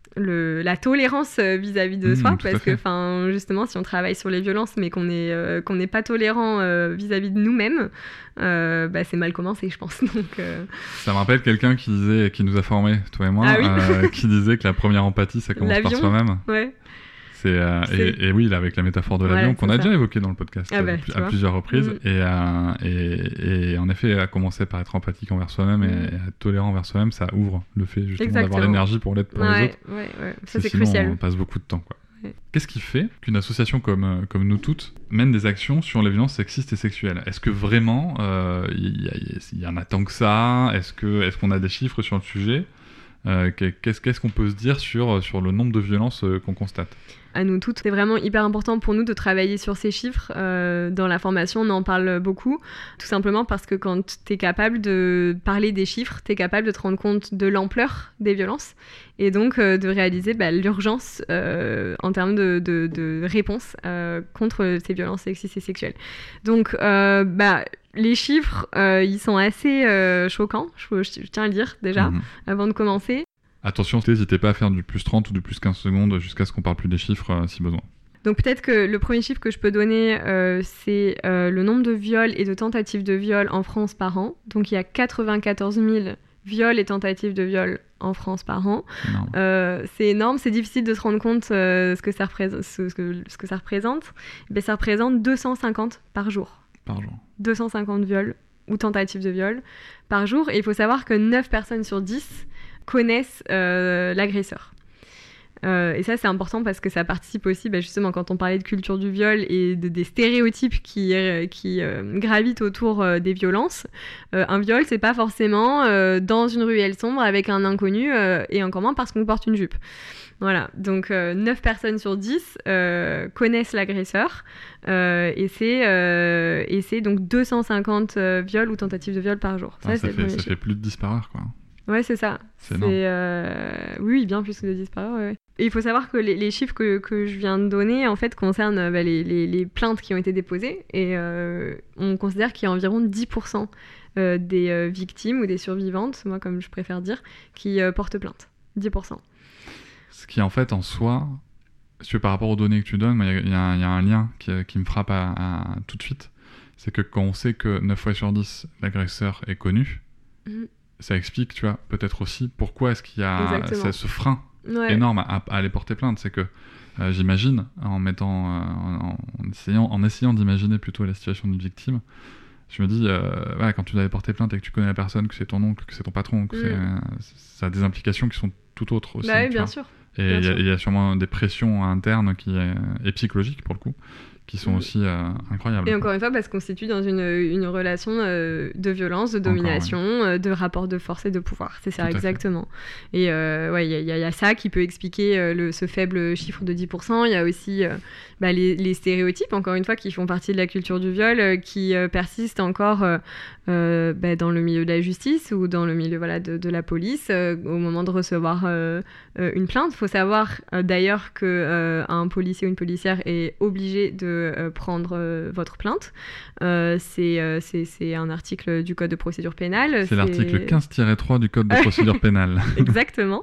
Le, la tolérance vis-à-vis de mmh, soi, parce que justement, si on travaille sur les violences, mais qu'on n'est euh, qu'on n'est pas tolérant euh, vis-à-vis de nous-mêmes, euh, bah, c'est mal commencé, je pense. Donc, euh... Ça me rappelle quelqu'un qui disait, qui nous a formés, toi et moi, ah oui euh, qui disait que la première empathie, ça commence par soi-même. Ouais. C'est, euh, et, et oui, là, avec la métaphore de l'avion, ouais, qu'on a ça. déjà évoqué dans le podcast ah bah, à, à plusieurs reprises, mmh. et, euh, et, et en effet, à commencer par être empathique envers soi-même mmh. et, et être tolérant envers soi-même, ça ouvre le fait justement Exactement. d'avoir l'énergie pour l'être pour ouais, les autres. Ouais, ouais. Ça, c'est sinon, crucial. On passe beaucoup de temps, quoi. Ouais. Qu'est-ce qui fait qu'une association comme, comme nous toutes mène des actions sur les violences sexistes et sexuelles ? Est-ce que vraiment, il euh, y, y, y en a tant que ça ? Est-ce, que, est-ce qu'on a des chiffres sur le sujet ? euh, qu'est-ce, qu'est-ce qu'on peut se dire sur, sur le nombre de violences euh, qu'on constate ? À nous toutes. C'est vraiment hyper important pour nous de travailler sur ces chiffres. Euh, dans la formation, on en parle beaucoup, tout simplement parce que quand tu es capable de parler des chiffres, tu es capable de te rendre compte de l'ampleur des violences et donc euh, de réaliser bah, l'urgence euh, en termes de, de, de réponse euh, contre ces violences sexistes et sexuelles. Donc, euh, bah, les chiffres, euh, ils sont assez euh, choquants, je, je, je tiens à le dire déjà, mmh. avant de commencer. Attention, n'hésitez pas à faire du plus trente ou du plus quinze secondes jusqu'à ce qu'on parle plus des chiffres euh, si besoin. Donc peut-être que le premier chiffre que je peux donner, euh, c'est euh, le nombre de viols et de tentatives de viol en France par an. Donc il y a quatre-vingt-quatorze mille viols et tentatives de viol en France par an. Énorme. Euh, c'est énorme, c'est difficile de se rendre compte euh, ce, que ça représente, ce, que, ce que ça représente. Ben, ça représente deux cent cinquante par jour. Par jour. deux cent cinquante viols ou tentatives de viol par jour. Et il faut savoir que neuf personnes sur dix connaissent euh, l'agresseur. Euh, et ça, c'est important parce que ça participe aussi, bah, justement, quand on parlait de culture du viol et de, des stéréotypes qui, euh, qui euh, gravitent autour euh, des violences. Euh, un viol, c'est pas forcément euh, dans une ruelle sombre avec un inconnu euh, et encore moins parce qu'on porte une jupe. Voilà, donc euh, neuf personnes sur dix euh, connaissent l'agresseur euh, et, c'est, euh, et c'est donc deux cent cinquante euh, viols ou tentatives de viol par jour. Ah, ça, ça, c'est fait, ça fait plus de dix par heure, quoi. Ouais, c'est ça. C'est, c'est euh... Oui, bien plus que de dix par heure, ouais, ouais. Et il faut savoir que les, les chiffres que, que je viens de donner, en fait, concernent bah, les, les, les plaintes qui ont été déposées. Et euh, on considère qu'il y a environ dix pour cent euh, des euh, victimes ou des survivantes, moi, comme je préfère dire, qui euh, portent plainte. dix pour cent. Ce qui, en fait, en soi, si tu veux, par rapport aux données que tu donnes, il y, y, y a un lien qui, qui me frappe à, à, tout de suite. C'est que quand on sait que neuf fois sur dix, l'agresseur est connu, mmh. ça explique, tu vois, peut-être aussi pourquoi est-ce qu'il y a ça, ce frein ouais. énorme à, à aller porter plainte. C'est que, euh, j'imagine, en mettant, euh, en, en, essayant, en essayant d'imaginer plutôt la situation d'une victime, je me dis, euh, ouais, quand tu dois aller porter plainte et que tu connais la personne, que c'est ton oncle, que c'est ton patron, que mmh. c'est, euh, ça a des implications qui sont tout autres aussi. Bah oui, bien vois. sûr. Et il y, y a sûrement des pressions internes qui, euh, et psychologiques, pour le coup, qui sont mmh. aussi euh, incroyables. Et encore une fois, parce qu'on se situe dans une, une relation euh, de violence, de domination, encore, ouais. euh, de rapport de force et de pouvoir. C'est ça, Tout exactement. Et il euh, ouais, y, y, y a ça qui peut expliquer euh, le, ce faible chiffre de dix pour cent. Il y a aussi euh, bah, les, les stéréotypes, encore une fois, qui font partie de la culture du viol, euh, qui euh, persistent encore euh, euh, bah, dans le milieu de la justice ou dans le milieu voilà, de, de la police, euh, au moment de recevoir euh, euh, une plainte. Il faut savoir euh, d'ailleurs qu'un euh, policier ou une policière est obligé de Euh, prendre euh, votre plainte. Euh, c'est, euh, c'est, c'est un article du Code de procédure pénale. C'est, c'est... l'article quinze tiret trois du Code de procédure pénale. Exactement.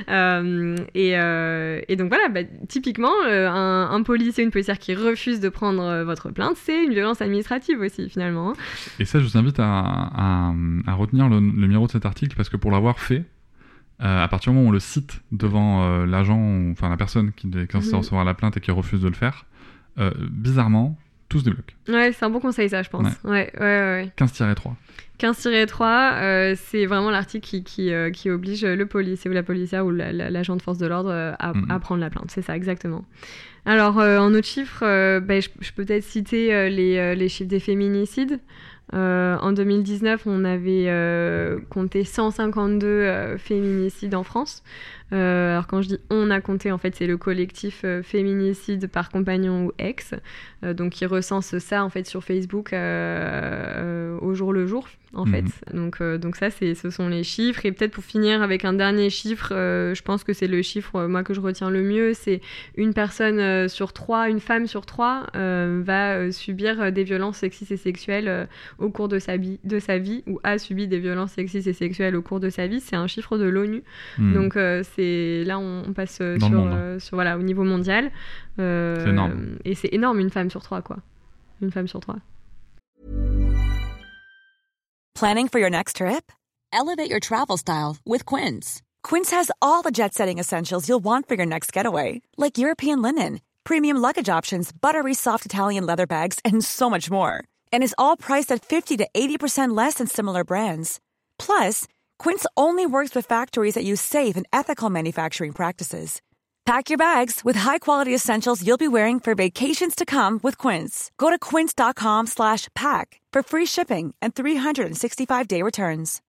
Euh, et, euh, et donc voilà, bah, typiquement, euh, un, un policier ou une policière qui refuse de prendre euh, votre plainte, c'est une violence administrative aussi, finalement. Hein. Et ça, je vous invite à, à, à retenir le, le numéro de cet article, parce que pour l'avoir fait, Euh, à partir du moment où on le cite devant euh, l'agent, ou, enfin la personne qui est censée mmh. recevoir la plainte et qui refuse de le faire, euh, bizarrement, tous débloquent. Ouais, c'est un bon conseil ça, je pense. Ouais, ouais, ouais. ouais. quinze tiret trois. quinze tiret trois, euh, c'est vraiment l'article qui, qui, euh, qui oblige le policier ou la policière ou la, la, l'agent de force de l'ordre euh, à, mm-hmm. à prendre la plainte. C'est ça, exactement. Alors, euh, en autres chiffres, euh, bah, je, je peux peut-être citer euh, les, euh, les chiffres des féminicides. Euh, en deux mille dix-neuf, on avait euh, compté cent cinquante-deux euh, féminicides en France. Euh, alors quand je dis on a compté, en fait, c'est le collectif euh, féminicide par compagnon ou ex, euh, donc qui recense ça en fait sur Facebook euh, euh, au jour le jour, en mmh. fait. Donc, euh, donc ça, c'est, ce sont les chiffres. Et peut-être pour finir avec un dernier chiffre, euh, je pense que c'est le chiffre euh, moi que je retiens le mieux, c'est une personne euh, sur trois, une femme sur trois euh, va euh, subir euh, des violences sexistes et sexuelles euh, au cours de sa, bi- de sa vie ou a subi des violences sexistes et sexuelles au cours de sa vie. C'est un chiffre de l'ONU. Mmh. Donc euh, c'est là on, on passe euh, sur, euh, sur voilà au niveau mondial. Euh, c'est énorme. Et c'est énorme, une femme sur trois quoi. Une femme sur trois. Planning for your next trip? Elevate your travel style with Quince. Quince has all the jet-setting essentials you'll want for your next getaway, like European linen, premium luggage options, buttery soft Italian leather bags, and so much more. And is all priced at fifty to eighty percent less than similar brands. Plus, Quince only works with factories that use safe and ethical manufacturing practices. Pack your bags with high-quality essentials you'll be wearing for vacations to come with Quince. Go to quince.com slash pack for free shipping and three sixty-five day returns.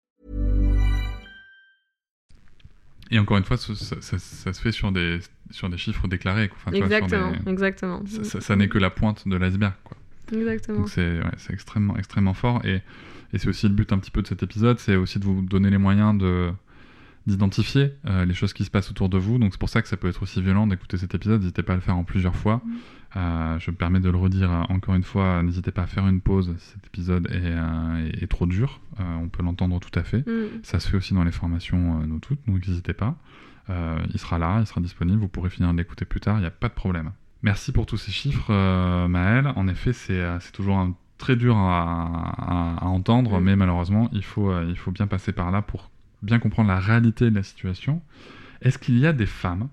Et encore une fois, ça, ça, ça, ça se fait sur des, sur des chiffres déclarés. Enfin, exactement, tu vois, sur des... exactement. Ça, ça, ça n'est que la pointe de l'iceberg, quoi. Exactement. Donc c'est, ouais, c'est extrêmement, extrêmement fort. Et, et c'est aussi le but un petit peu de cet épisode, c'est aussi de vous donner les moyens de... d'identifier euh, les choses qui se passent autour de vous. Donc c'est pour ça que ça peut être aussi violent d'écouter cet épisode. N'hésitez pas à le faire en plusieurs fois. Mmh. Euh, je me permets de le redire euh, encore une fois. N'hésitez pas à faire une pause si cet épisode est, euh, est, est trop dur. Euh, on peut l'entendre tout à fait. Mmh. Ça se fait aussi dans les formations, euh, nous toutes. Donc n'hésitez pas. Euh, il sera là, il sera disponible. Vous pourrez finir de l'écouter plus tard. Il n'y a pas de problème. Merci pour tous ces chiffres, euh, Maëlle. En effet, c'est, euh, c'est toujours un, très dur à, à, à entendre, mmh. mais malheureusement, il faut, euh, il faut bien passer par là pour bien comprendre la réalité de la situation. Est-ce qu'il y a des femmes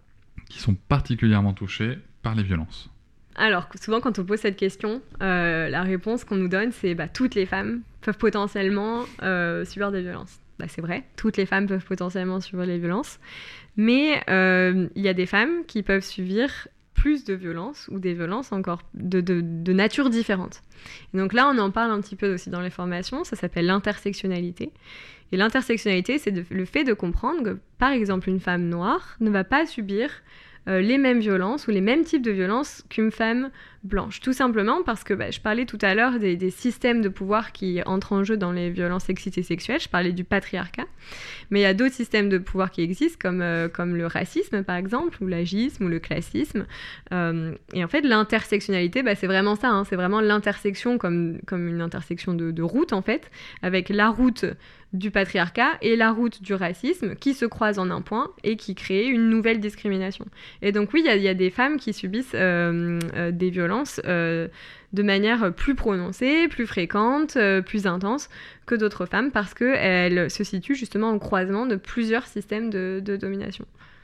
qui sont particulièrement touchées par les violences ? Alors, souvent, quand on pose cette question, euh, la réponse qu'on nous donne, c'est bah, toutes les femmes peuvent potentiellement euh, subir des violences. Bah, c'est vrai, toutes les femmes peuvent potentiellement subir les violences, mais euh, il y a des femmes qui peuvent subir plus de violences ou des violences encore de, de, de nature différente. Et donc là, on en parle un petit peu aussi dans les formations, ça s'appelle l'intersectionnalité. Et l'intersectionnalité, c'est de, le fait de comprendre que, par exemple, une femme noire ne va pas subir euh, les mêmes violences ou les mêmes types de violences qu'une femme blanche. Tout simplement parce que bah, je parlais tout à l'heure des, des systèmes de pouvoir qui entrent en jeu dans les violences sexistes et sexuelles. Je parlais du patriarcat. Mais il y a d'autres systèmes de pouvoir qui existent, comme, euh, comme le racisme, par exemple, ou l'agisme, ou le classisme. Euh, et en fait, l'intersectionnalité, bah, c'est vraiment ça. Hein, c'est vraiment l'intersection comme, comme une intersection de, de route, en fait, avec la route du patriarcat et la route du racisme qui se croisent en un point et qui créent une nouvelle discrimination. Et donc oui, il y, y a des femmes qui subissent euh, euh, des violences euh, de manière plus prononcée, plus fréquente, euh, plus intense que d'autres femmes parce qu'elles se situent justement au croisement de plusieurs systèmes de, de domination.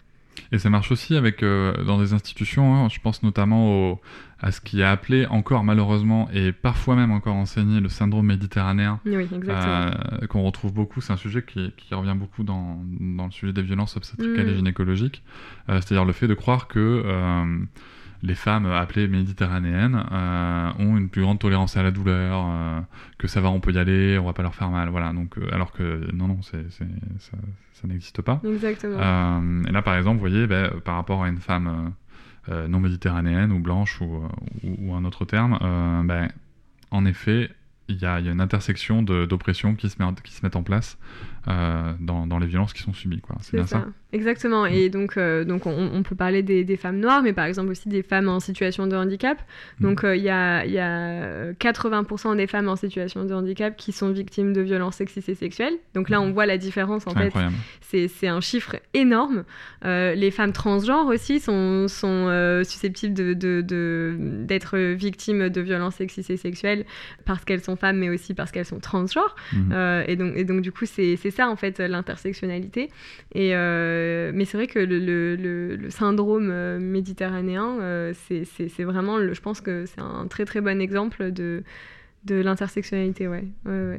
Et ça marche aussi avec, euh, dans des institutions, hein, je pense notamment au, à ce qui est appelé encore malheureusement et parfois même encore enseigné le syndrome méditerranéen, oui, exactement. Euh, qu'on retrouve beaucoup, c'est un sujet qui, qui revient beaucoup dans, dans le sujet des violences obstétricales mmh. et gynécologiques, euh, c'est-à-dire le fait de croire que euh, les femmes appelées méditerranéennes euh, ont une plus grande tolérance à la douleur, euh, que ça va, on peut y aller, on va pas leur faire mal, voilà. Donc, euh, alors que non, non, c'est, c'est, ça, ça n'existe pas. Exactement. Euh, et là, par exemple, vous voyez, bah, par rapport à une femme euh, non méditerranéenne ou blanche ou, ou, ou un autre terme, euh, bah, en effet, il y, y a une intersection de, d'oppression qui se met, qui se met en place euh, dans, dans les violences qui sont subies, quoi. C'est, c'est bien ça, ça Exactement. Mmh. Et donc, euh, donc on, on peut parler des, des femmes noires, mais par exemple aussi des femmes en situation de handicap. Donc, il mmh. euh, y, a, y a quatre-vingts pour cent des femmes en situation de handicap qui sont victimes de violences sexistes et sexuelles. Donc là, on voit la différence, en c'est fait. Incroyable. C'est, c'est un chiffre énorme. Euh, les femmes transgenres aussi sont, sont euh, susceptibles de, de, de, d'être victimes de violences sexistes et sexuelles parce qu'elles sont femmes, mais aussi parce qu'elles sont transgenres. Mmh. Euh, et, donc, et donc, du coup, c'est, c'est ça, en fait, l'intersectionnalité. Et, euh, euh, mais c'est vrai que le, le, le, le syndrome euh, méditerranéen, euh, c'est, c'est, c'est vraiment, le, je pense que c'est un très très bon exemple de, de l'intersectionnalité, ouais. Ouais, ouais.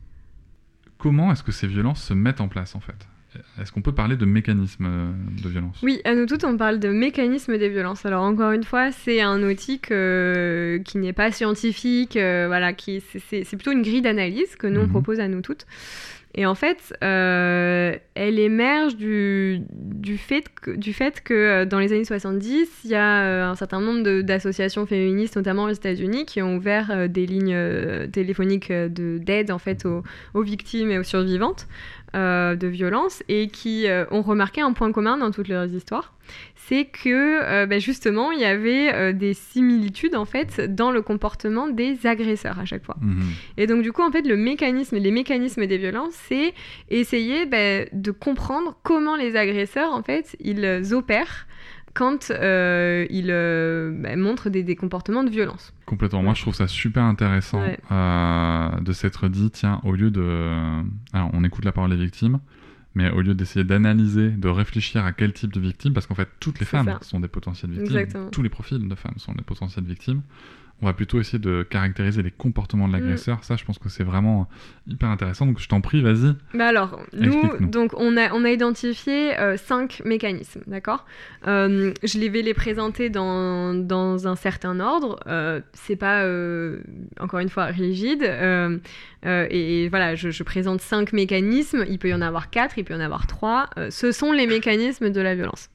Comment est-ce que ces violences se mettent en place, en fait ? Est-ce qu'on peut parler de mécanismes de violence ? Oui, à nous toutes, on parle de mécanismes des violences. Alors encore une fois, c'est un outil que, qui n'est pas scientifique, euh, voilà, qui, c'est, c'est, c'est plutôt une grille d'analyse que nous, mmh. on propose à nous toutes. Et en fait, euh, elle émerge du, du, fait que, du fait que dans les années soixante-dix, il y a un certain nombre de, d'associations féministes, notamment aux États-Unis, qui ont ouvert euh, des lignes euh, téléphoniques de, d'aide en fait, aux, aux victimes et aux survivantes euh, de violences, et qui euh, ont remarqué un point commun dans toutes leurs histoires. C'est que euh, bah justement, il y avait euh, des similitudes en fait dans le comportement des agresseurs à chaque fois. Mmh. Et donc du coup, en fait, le mécanisme, les mécanismes des violences, c'est essayer bah, de comprendre comment les agresseurs en fait ils opèrent quand euh, ils euh, bah, montrent des, des comportements de violence. Complètement. Ouais. Moi, je trouve ça super intéressant ouais. euh, de s'être dit, tiens, au lieu de, alors on écoute la parole des victimes. Mais au lieu d'essayer d'analyser, de réfléchir à quel type de victime, parce qu'en fait, toutes les c'est femmes ça. sont des potentielles victimes, Exactement. tous les profils de femmes sont des potentielles victimes, on va plutôt essayer de caractériser les comportements de l'agresseur. Mmh. Ça, je pense que c'est vraiment hyper intéressant. Donc, je t'en prie, vas-y. Bah alors, nous, donc, on a, on a identifié euh, cinq mécanismes, d'accord euh, Je les vais les présenter dans, dans un certain ordre. Euh, c'est pas, euh, encore une fois, rigide. Euh, euh, et, et voilà, je, je présente cinq mécanismes. Il peut y en avoir quatre, il peut y en avoir trois. Euh, ce sont les mécanismes de la violence.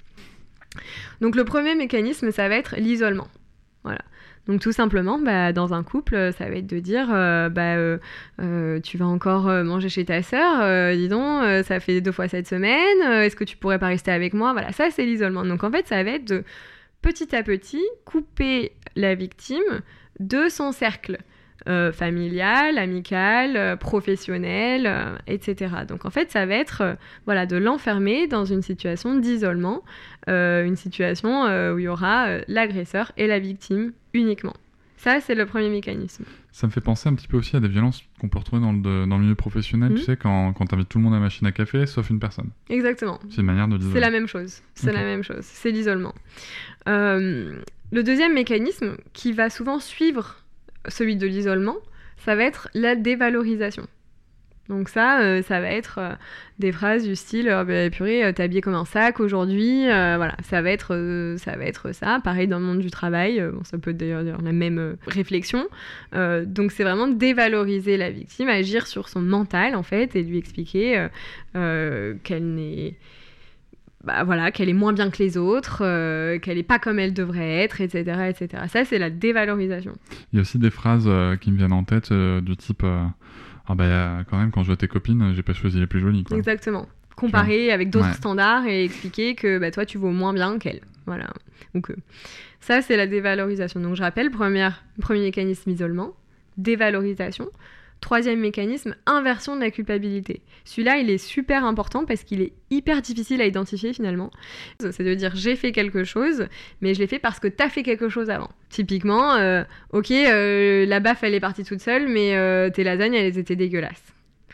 Donc, le premier mécanisme, ça va être l'isolement. Voilà. Donc tout simplement, bah, dans un couple, ça va être de dire euh, bah, euh, euh, tu vas encore manger chez ta sœur, euh, dis donc, euh, ça fait deux fois cette semaine, euh, est-ce que tu pourrais pas rester avec moi ? Voilà, ça c'est l'isolement. Donc en fait, ça va être de petit à petit couper la victime de son cercle euh, familial, amical, euh, professionnel, euh, et cetera. Donc en fait, ça va être euh, voilà, de l'enfermer dans une situation d'isolement, euh, une situation euh, où il y aura euh, l'agresseur et la victime uniquement. Ça, c'est le premier mécanisme. Ça me fait penser un petit peu aussi à des violences qu'on peut retrouver dans le, dans le milieu professionnel, mmh. tu sais, quand, quand t'invites tout le monde à la machine à café, sauf une personne. Exactement. C'est une manière de l'isoler. C'est la même chose. C'est okay. la même chose. C'est l'isolement. Euh, le deuxième mécanisme, qui va souvent suivre celui de l'isolement, ça va être la dévalorisation. Donc ça, euh, ça va être euh, des phrases du style euh, bah, « purée, euh, t'es habillée comme un sac aujourd'hui euh, », voilà, ça va, être, euh, ça va être ça. Pareil dans le monde du travail, euh, bon, ça peut être d'ailleurs, d'ailleurs la même euh, réflexion. Euh, donc c'est vraiment dévaloriser la victime, agir sur son mental en fait, et lui expliquer euh, euh, qu'elle n'est... Bah, voilà, qu'elle est moins bien que les autres, euh, qu'elle n'est pas comme elle devrait être, et cetera, et cetera. Ça, c'est la dévalorisation. Il y a aussi des phrases euh, qui me viennent en tête euh, du type euh, « Ah bah quand même, quand je vois tes copines, j'ai pas choisi les plus jolies. » quoi. Exactement. Comparer avec d'autres ouais. standards et expliquer que bah, toi, tu vaux moins bien qu'elle. Voilà. Donc, euh, ça, c'est la dévalorisation. Donc, je rappelle, première, premier mécanisme, isolement, dévalorisation. Troisième mécanisme, inversion de la culpabilité. Celui-là, il est super important parce qu'il est hyper difficile à identifier finalement. C'est de dire j'ai fait quelque chose, mais je l'ai fait parce que t'as fait quelque chose avant. Typiquement, euh, ok, euh, la baffe elle est partie toute seule, mais euh, tes lasagnes elles étaient dégueulasses.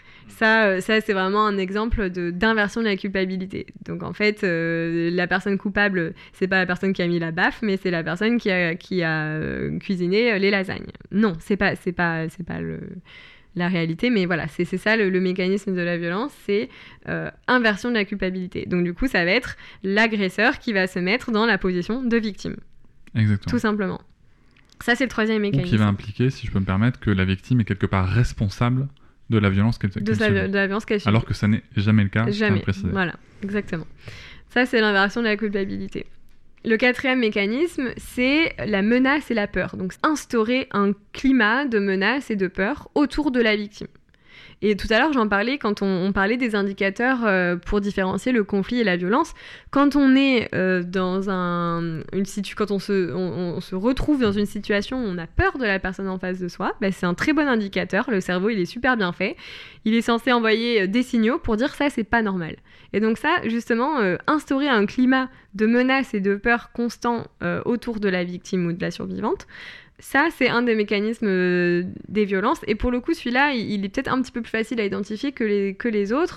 Ça, euh, ça c'est vraiment un exemple de, d'inversion de la culpabilité. Donc en fait, euh, la personne coupable, c'est pas la personne qui a mis la baffe, mais c'est la personne qui a, qui a euh, cuisiné les lasagnes. Non, c'est pas, c'est pas, c'est pas le... la réalité, mais voilà, c'est, c'est ça le, le mécanisme de la violence, c'est euh, inversion de la culpabilité. Donc du coup, ça va être l'agresseur qui va se mettre dans la position de victime. Exactement. Tout simplement. Ça, c'est le troisième mécanisme. Ou qui va impliquer, si je peux me permettre, que la victime est quelque part responsable de la violence qu'elle, qu'elle de, sa, de la violence qu'elle subit. Alors que ça n'est jamais le cas. Jamais, voilà, exactement. Ça, c'est l'inversion de la culpabilité. Le quatrième mécanisme, c'est la menace et la peur. Donc, instaurer un climat de menace et de peur autour de la victime. Et tout à l'heure, j'en parlais quand on, on parlait des indicateurs euh, pour différencier le conflit et la violence. Quand on est euh, dans un, une situ- quand on se, on, on se retrouve dans une situation où on a peur de la personne en face de soi, bah, c'est un très bon indicateur. Le cerveau, il est super bien fait. Il est censé envoyer des signaux pour dire ça, c'est pas normal. Et donc ça, justement, euh, instaurer un climat de menace et de peur constant euh, autour de la victime ou de la survivante, ça, c'est un des mécanismes euh, des violences. Et pour le coup, celui-là, il, il est peut-être un petit peu plus facile à identifier que les, que les autres.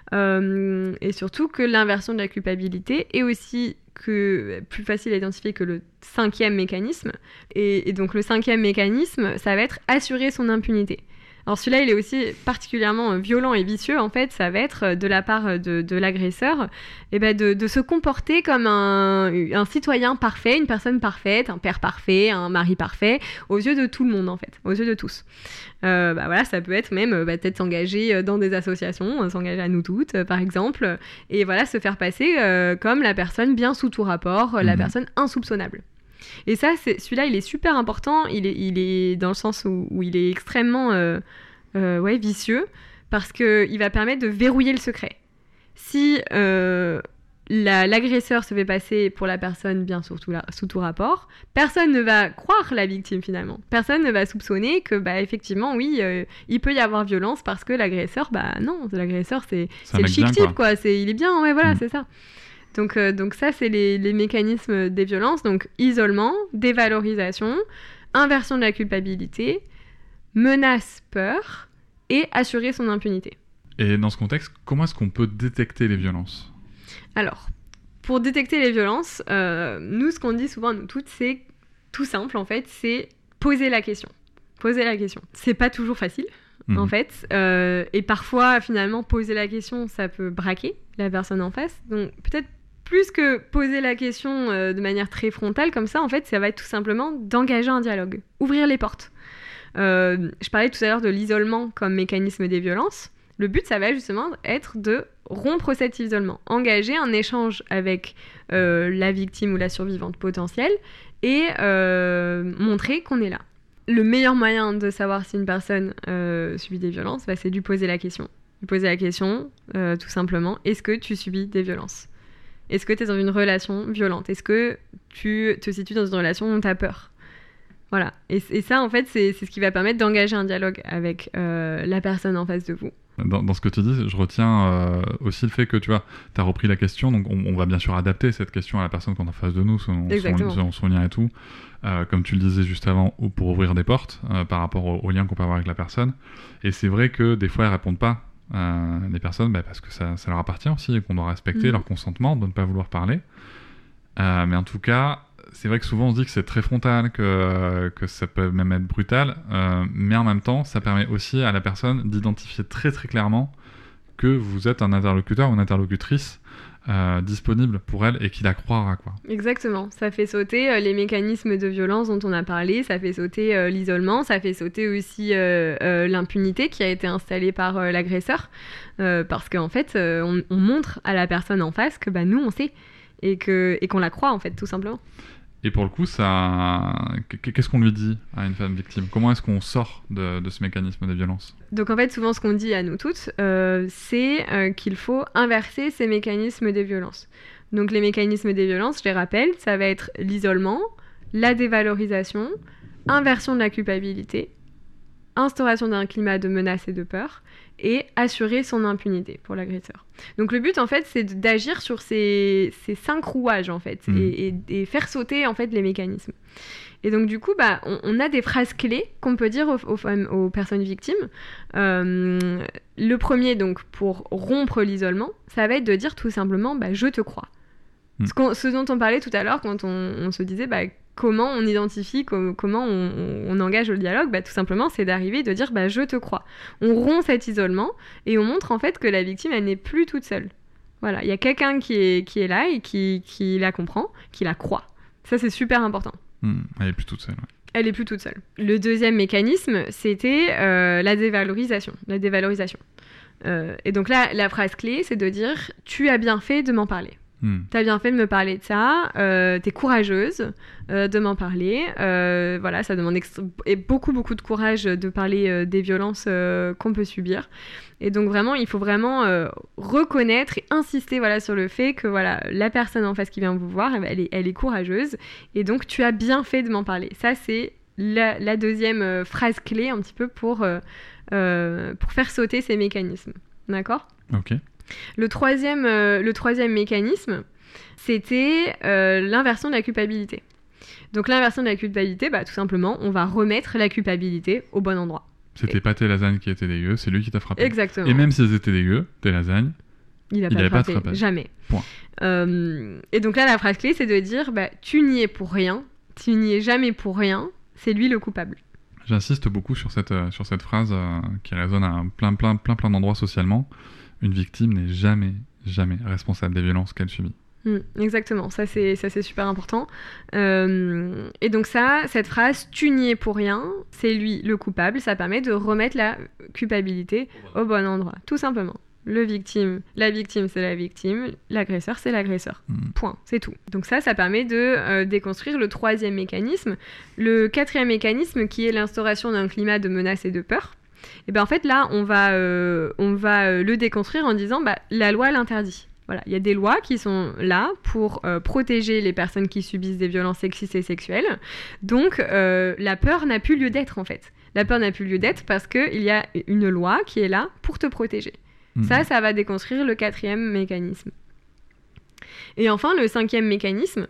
Euh, et surtout que l'inversion de la culpabilité est aussi que, plus facile à identifier que le cinquième mécanisme. Et, et donc le cinquième mécanisme, ça va être assurer son impunité. Alors celui-là, il est aussi particulièrement violent et vicieux, en fait, ça va être de la part de, de l'agresseur eh ben de, de se comporter comme un, un citoyen parfait, une personne parfaite, un père parfait, un mari parfait, aux yeux de tout le monde, en fait, aux yeux de tous. Euh, bah voilà, ça peut être même bah, peut-être s'engager dans des associations, s'engager à nous toutes, par exemple, et voilà, se faire passer euh, comme la personne bien sous tout rapport, mmh. la personne insoupçonnable. Et ça, c'est, celui-là, il est super important, il est, il est dans le sens où, où il est extrêmement euh, euh, ouais, vicieux, parce qu'il va permettre de verrouiller le secret. Si euh, la, l'agresseur se fait passer pour la personne bien sous tout, la, sous tout rapport, personne ne va croire la victime finalement. Personne ne va soupçonner que, bah, effectivement, oui, euh, il peut y avoir violence parce que l'agresseur, bah non, l'agresseur, c'est, c'est le chic type, quoi. C'est, il est bien, ouais, voilà, mmh. c'est ça. Donc, euh, donc ça, c'est les, les mécanismes des violences. Donc isolement, dévalorisation, inversion de la culpabilité, menace, peur et assurer son impunité. Et dans ce contexte, comment est-ce qu'on peut détecter les violences ? Alors, pour détecter les violences, euh, nous, ce qu'on dit souvent à nous toutes, c'est tout simple, en fait, c'est poser la question. Poser la question. C'est pas toujours facile, mmh. en fait. Euh, et parfois, finalement, poser la question, ça peut braquer la personne en face. Donc, peut-être plus que poser la question euh, de manière très frontale, comme ça, en fait, ça va être tout simplement d'engager un dialogue, ouvrir les portes. Euh, je parlais tout à l'heure de l'isolement comme mécanisme des violences. Le but, ça va justement être de rompre cet isolement, engager un échange avec euh, la victime ou la survivante potentielle et euh, montrer qu'on est là. Le meilleur moyen de savoir si une personne euh, subit des violences, bah, c'est de lui poser la question. Lui poser la question, euh, tout simplement, est-ce que tu subis des violences ? Est-ce que tu es dans une relation violente ? Est-ce que tu te situes dans une relation où tu as peur ? Voilà. Et, et ça, en fait, c'est, c'est ce qui va permettre d'engager un dialogue avec euh, la personne en face de vous. Dans, dans ce que tu dis, je retiens euh, aussi le fait que tu vois, tu as repris la question, donc on, on va bien sûr adapter cette question à la personne qu'on a en face de nous, selon son, son, son lien et tout. Euh, comme tu le disais juste avant, ou pour ouvrir des portes euh, par rapport au, au lien qu'on peut avoir avec la personne. Et c'est vrai que des fois, elles répondent pas. Euh, les personnes, bah, parce que ça, ça leur appartient aussi et qu'on doit respecter mmh. leur consentement de ne pas vouloir parler. Euh, mais en tout cas, c'est vrai que souvent on se dit que c'est très frontal, que, que ça peut même être brutal, euh, mais en même temps, ça permet aussi à la personne d'identifier très très clairement que vous êtes un interlocuteur ou une interlocutrice Euh, disponible pour elle et qui la croira, quoi. Exactement, ça fait sauter euh, les mécanismes de violence dont on a parlé, ça fait sauter euh, l'isolement, ça fait sauter aussi euh, euh, l'impunité qui a été installée par euh, l'agresseur, euh, parce qu'en fait, euh, on, on montre à la personne en face que bah, nous, on sait, et, que, et qu'on la croit, en fait, tout simplement. Et pour le coup, ça... qu'est-ce qu'on lui dit à une femme victime ? Comment est-ce qu'on sort de, de ce mécanisme de violence ? Donc en fait, souvent ce qu'on dit à nous toutes, euh, c'est euh, qu'il faut inverser ces mécanismes des violences. Donc les mécanismes des violences, je les rappelle, ça va être l'isolement, la dévalorisation, inversion de la culpabilité, instauration d'un climat de menace et de peur, et assurer son impunité pour l'agresseur. Donc le but, en fait, c'est d'agir sur ces, ces cinq rouages, en fait, mmh. et, et, et faire sauter, en fait, les mécanismes. Et donc, du coup, bah, on, on a des phrases clés qu'on peut dire aux, aux, femmes, aux personnes victimes. Euh, le premier, donc, pour rompre l'isolement, ça va être de dire tout simplement bah, « je te crois mmh. ». Ce, ce dont on parlait tout à l'heure quand on, on se disait bah, comment on identifie, com- comment on, on engage le dialogue, bah, tout simplement, c'est d'arriver et de dire bah, « je te crois ». On rompt cet isolement et on montre en fait que la victime, elle n'est plus toute seule. Voilà, il y a quelqu'un qui est, qui est là et qui, qui la comprend, qui la croit. Ça, c'est super important. Mmh, elle est plus toute seule. Ouais. Elle est plus toute seule. Le deuxième mécanisme, c'était euh, la dévalorisation. La dévalorisation. Euh, et donc là, la phrase clé, c'est de dire « tu as bien fait de m'en parler ». Hmm. T'as bien fait de me parler de ça, euh, t'es courageuse euh, de m'en parler. Euh, voilà, ça demande extra- et beaucoup, beaucoup de courage de parler euh, des violences euh, qu'on peut subir. Et donc vraiment, il faut vraiment euh, reconnaître et insister voilà, sur le fait que voilà, la personne en face qui vient vous voir, elle est, elle est courageuse. Et donc, tu as bien fait de m'en parler. Ça, c'est la, la deuxième euh, phrase clé un petit peu pour, euh, euh, pour faire sauter ces mécanismes. D'accord ? Ok. Le troisième, euh, le troisième mécanisme, c'était euh, l'inversion de la culpabilité. Donc l'inversion de la culpabilité, bah, tout simplement, on va remettre la culpabilité au bon endroit. C'était Et... pas tes lasagnes qui étaient dégueu, c'est lui qui t'a frappé. Exactement. Et même si elles étaient dégueu, tes lasagnes, Il n'a Il pas, avait pas frappé, frappé. jamais. Point. Euh, et donc là, la phrase clé, c'est de dire bah, tu n'y es pour rien, tu n'y es jamais pour rien, c'est lui le coupable. J'insiste beaucoup sur cette, euh, sur cette phrase euh, qui résonne à plein, plein, plein, plein d'endroits socialement. Une victime n'est jamais, jamais responsable des violences qu'elle subit. Mmh, exactement, ça c'est, ça c'est super important. Euh, et donc ça, cette phrase, tu n'y es pour rien, c'est lui le coupable, ça permet de remettre la culpabilité au bon endroit, tout simplement. Le victime, la victime c'est la victime, l'agresseur c'est l'agresseur. Mmh. Point, c'est tout. Donc ça, ça permet de euh, déconstruire le troisième mécanisme. Le quatrième mécanisme qui est l'instauration d'un climat de menace et de peur. Et bien en fait là, on va, euh, on va euh, le déconstruire en disant bah, la loi l'interdit. Voilà, il y a des lois qui sont là pour euh, protéger les personnes qui subissent des violences sexistes et sexuelles. Donc, euh, la peur n'a plus lieu d'être, en fait. La peur n'a plus lieu d'être parce qu'il y a une loi qui est là pour te protéger. Mmh. Ça, ça va déconstruire le quatrième mécanisme. Et enfin, le cinquième mécanisme,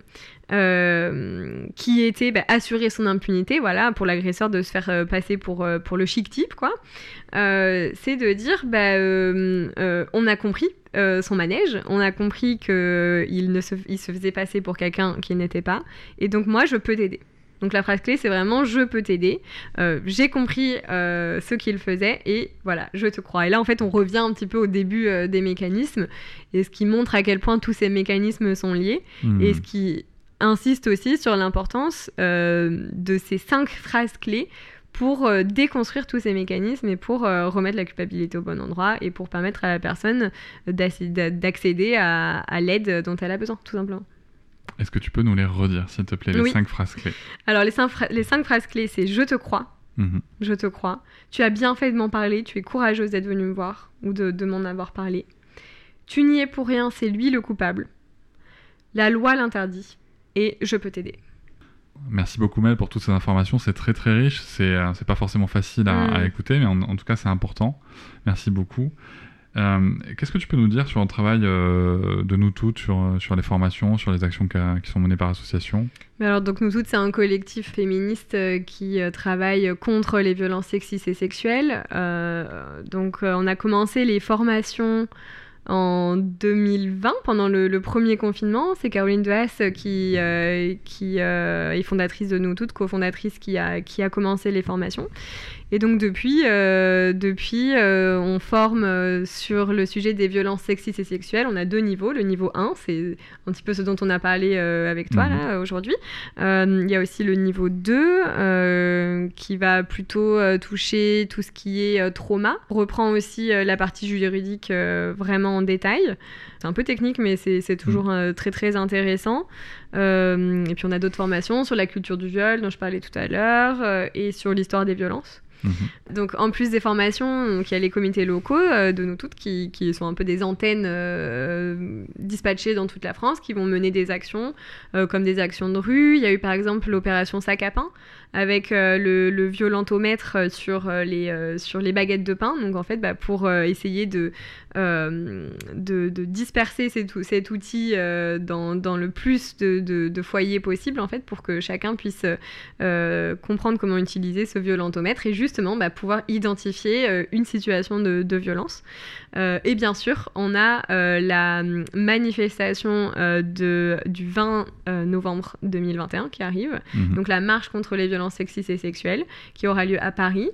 euh, qui était bah, assurer son impunité, voilà, pour l'agresseur de se faire euh, passer pour, euh, pour le chic type, quoi, euh, c'est de dire, bah, euh, euh, on a compris euh, son manège, on a compris qu'il ne se, il se faisait passer pour quelqu'un qui n'était pas, et donc moi, je peux t'aider. Donc la phrase clé, c'est vraiment « je peux t'aider euh, ». J'ai compris euh, ce qu'il faisait et voilà, je te crois. Et là, en fait, on revient un petit peu au début euh, des mécanismes et ce qui montre à quel point tous ces mécanismes sont liés mmh. et ce qui insiste aussi sur l'importance euh, de ces cinq phrases clés pour euh, déconstruire tous ces mécanismes et pour euh, remettre la culpabilité au bon endroit et pour permettre à la personne d'accéder à, à l'aide dont elle a besoin, tout simplement. Est-ce que tu peux nous les redire, s'il te plaît, les oui. cinq phrases clés ? Alors, les cinq, fra- les cinq phrases clés, c'est « je te crois mmh. »,« je te crois »,« tu as bien fait de m'en parler, tu es courageuse d'être venue me voir ou de, de m'en avoir parlé »,« tu n'y es pour rien, c'est lui le coupable »,« la loi l'interdit » et « je peux t'aider ». Merci beaucoup Mel pour toutes ces informations, c'est très très riche, c'est, euh, c'est pas forcément facile à, mmh. à écouter, mais en, en tout cas c'est important. Merci beaucoup. Euh, qu'est-ce que tu peux nous dire sur le travail euh, de Nous Toutes, sur, sur les formations, sur les actions qui sont menées par l'association ? Alors, donc, Nous Toutes, c'est un collectif féministe euh, qui euh, travaille contre les violences sexistes et sexuelles. Euh, donc, euh, on a commencé les formations en deux mille vingt, pendant le, le premier confinement. C'est Caroline Dehaas qui, euh, qui euh, est fondatrice de Nous Toutes, cofondatrice qui a, qui a commencé les formations. Et donc depuis, euh, depuis euh, on forme euh, sur le sujet des violences sexistes et sexuelles. On a deux niveaux. Le niveau un, c'est un petit peu ce dont on a parlé euh, avec toi mmh. là, aujourd'hui. Euh, il y a aussi le niveau deux euh, qui va plutôt euh, toucher tout ce qui est euh, trauma. On reprend aussi euh, la partie juridique euh, vraiment en détail. C'est un peu technique, mais c'est, c'est toujours euh, très très intéressant. Euh, et puis on a d'autres formations sur la culture du viol dont je parlais tout à l'heure euh, et sur l'histoire des violences. Mmh. Donc en plus des formations, donc, il y a les comités locaux euh, de Nous Toutes qui, qui sont un peu des antennes euh, dispatchées dans toute la France qui vont mener des actions euh, comme des actions de rue. Il y a eu par exemple l'opération Sac à pain avec euh, le, le violentomètre sur, euh, les, euh, sur les baguettes de pain. Donc en fait, bah, pour euh, essayer de, euh, de, de disperser cet, cet outil euh, dans, dans le plus de, de, de foyers possible, en fait, pour que chacun puisse euh, comprendre comment utiliser ce violentomètre et justement bah, pouvoir identifier euh, une situation de, de violence. Euh, et bien sûr, on a euh, la manifestation euh, de, du vingt novembre deux mille vingt et un qui arrive, mmh. donc la marche contre les violences sexistes et sexuelles, qui aura lieu à Paris.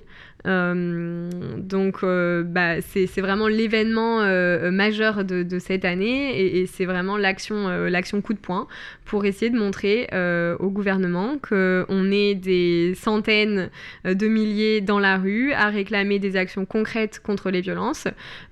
Euh, donc euh, bah, c'est, c'est vraiment l'événement euh, majeur de, de cette année et, et c'est vraiment l'action, euh, l'action coup de poing pour essayer de montrer euh, au gouvernement qu'on est des centaines de milliers dans la rue à réclamer des actions concrètes contre les violences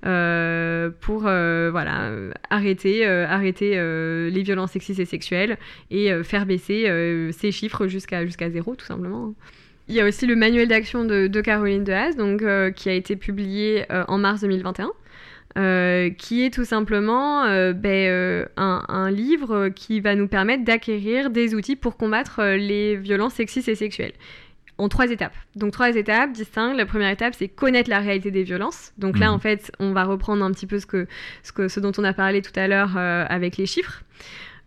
euh, pour euh, voilà, arrêter, euh, arrêter euh, les violences sexistes et sexuelles et euh, faire baisser euh, ces chiffres jusqu'à, jusqu'à zéro tout simplement. Il y a aussi le manuel d'action de, de Caroline Dehaas, donc, euh, qui a été publié euh, en mars deux mille vingt et un, euh, qui est tout simplement euh, ben, euh, un, un livre qui va nous permettre d'acquérir des outils pour combattre euh, les violences sexistes et sexuelles. En trois étapes. Donc trois étapes distinctes. La première étape, c'est connaître la réalité des violences. Donc là, mmh. en fait, on va reprendre un petit peu ce, que, ce, que, ce dont on a parlé tout à l'heure euh, avec les chiffres.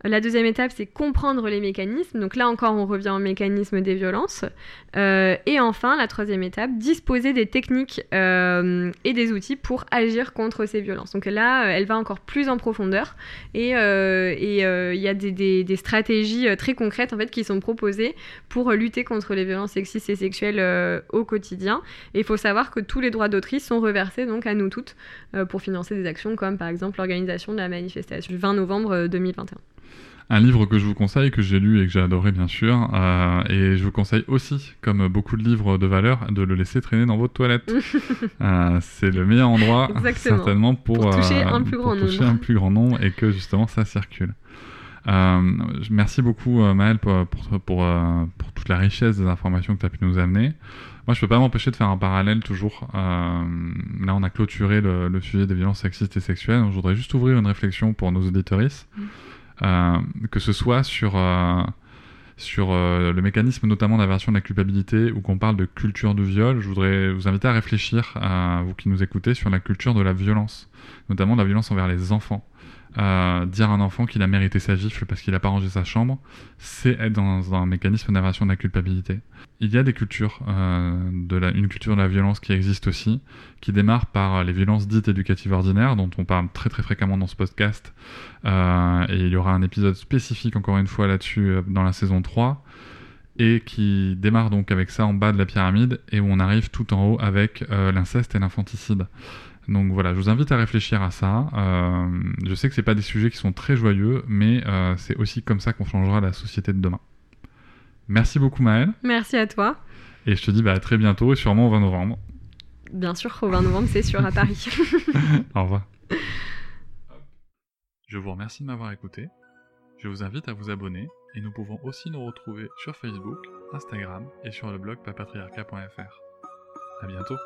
La deuxième étape, c'est comprendre les mécanismes. Donc là encore, on revient au mécanisme des violences. Euh, et enfin, la troisième étape, disposer des techniques euh, et des outils pour agir contre ces violences. Donc là, elle va encore plus en profondeur. Et il euh, et, euh, y a des, des, des stratégies très concrètes en fait, qui sont proposées pour lutter contre les violences sexistes et sexuelles euh, au quotidien. Et il faut savoir que tous les droits d'autrice sont reversés donc, à nous toutes euh, pour financer des actions comme par exemple l'organisation de la manifestation du vingt novembre deux mille vingt et un. Un livre que je vous conseille, que j'ai lu et que j'ai adoré bien sûr, euh, et je vous conseille aussi, comme beaucoup de livres de valeur, de le laisser traîner dans votre toilette. euh, c'est le meilleur endroit Exactement. certainement pour, pour toucher, euh, un, plus pour grand toucher nombre. un plus grand nombre et que justement ça circule. Euh, merci beaucoup Maëlle pour, pour, pour, euh, pour toute la richesse des informations que tu as pu nous amener. Moi je peux pas m'empêcher de faire un parallèle toujours. Euh, là on a clôturé le, le sujet des violences sexistes et sexuelles. Donc, je voudrais juste ouvrir une réflexion pour nos auditoristes. Mmh. Euh, que ce soit sur, euh, sur euh, le mécanisme notamment d'aversion de la culpabilité ou qu'on parle de culture du viol, je voudrais vous inviter à réfléchir, à vous qui nous écoutez, sur la culture de la violence, notamment de la violence envers les enfants. Euh, dire à un enfant qu'il a mérité sa gifle parce qu'il n'a pas rangé sa chambre, c'est être dans un mécanisme d'aversion de la culpabilité. Il y a des cultures, euh, de la, une culture de la violence qui existe aussi, qui démarre par les violences dites éducatives ordinaires, dont on parle très très fréquemment dans ce podcast, euh, et il y aura un épisode spécifique encore une fois là-dessus euh, dans la saison trois, et qui démarre donc avec ça en bas de la pyramide, et où on arrive tout en haut avec euh, l'inceste et l'infanticide. Donc voilà, je vous invite à réfléchir à ça. Euh, je sais que c'est pas des sujets qui sont très joyeux, mais euh, c'est aussi comme ça qu'on changera la société de demain. Merci beaucoup Maëlle. Merci à toi. Et je te dis bah, à très bientôt et sûrement au vingt novembre. Bien sûr, au vingt novembre, c'est sûr, à Paris. Au revoir. Je vous remercie de m'avoir écouté. Je vous invite à vous abonner et nous pouvons aussi nous retrouver sur Facebook, Instagram et sur le blog papatriarca point f r. À bientôt.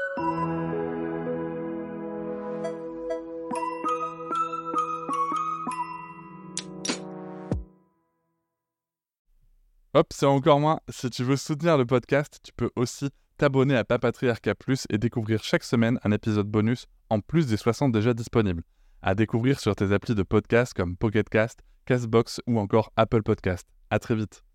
Hop, c'est encore moins. Si tu veux soutenir le podcast, tu peux aussi t'abonner à Papatriarca Plus et découvrir chaque semaine un épisode bonus en plus des soixante déjà disponibles. À découvrir sur tes applis de podcast comme Pocket Cast, Castbox ou encore Apple Podcast. À très vite.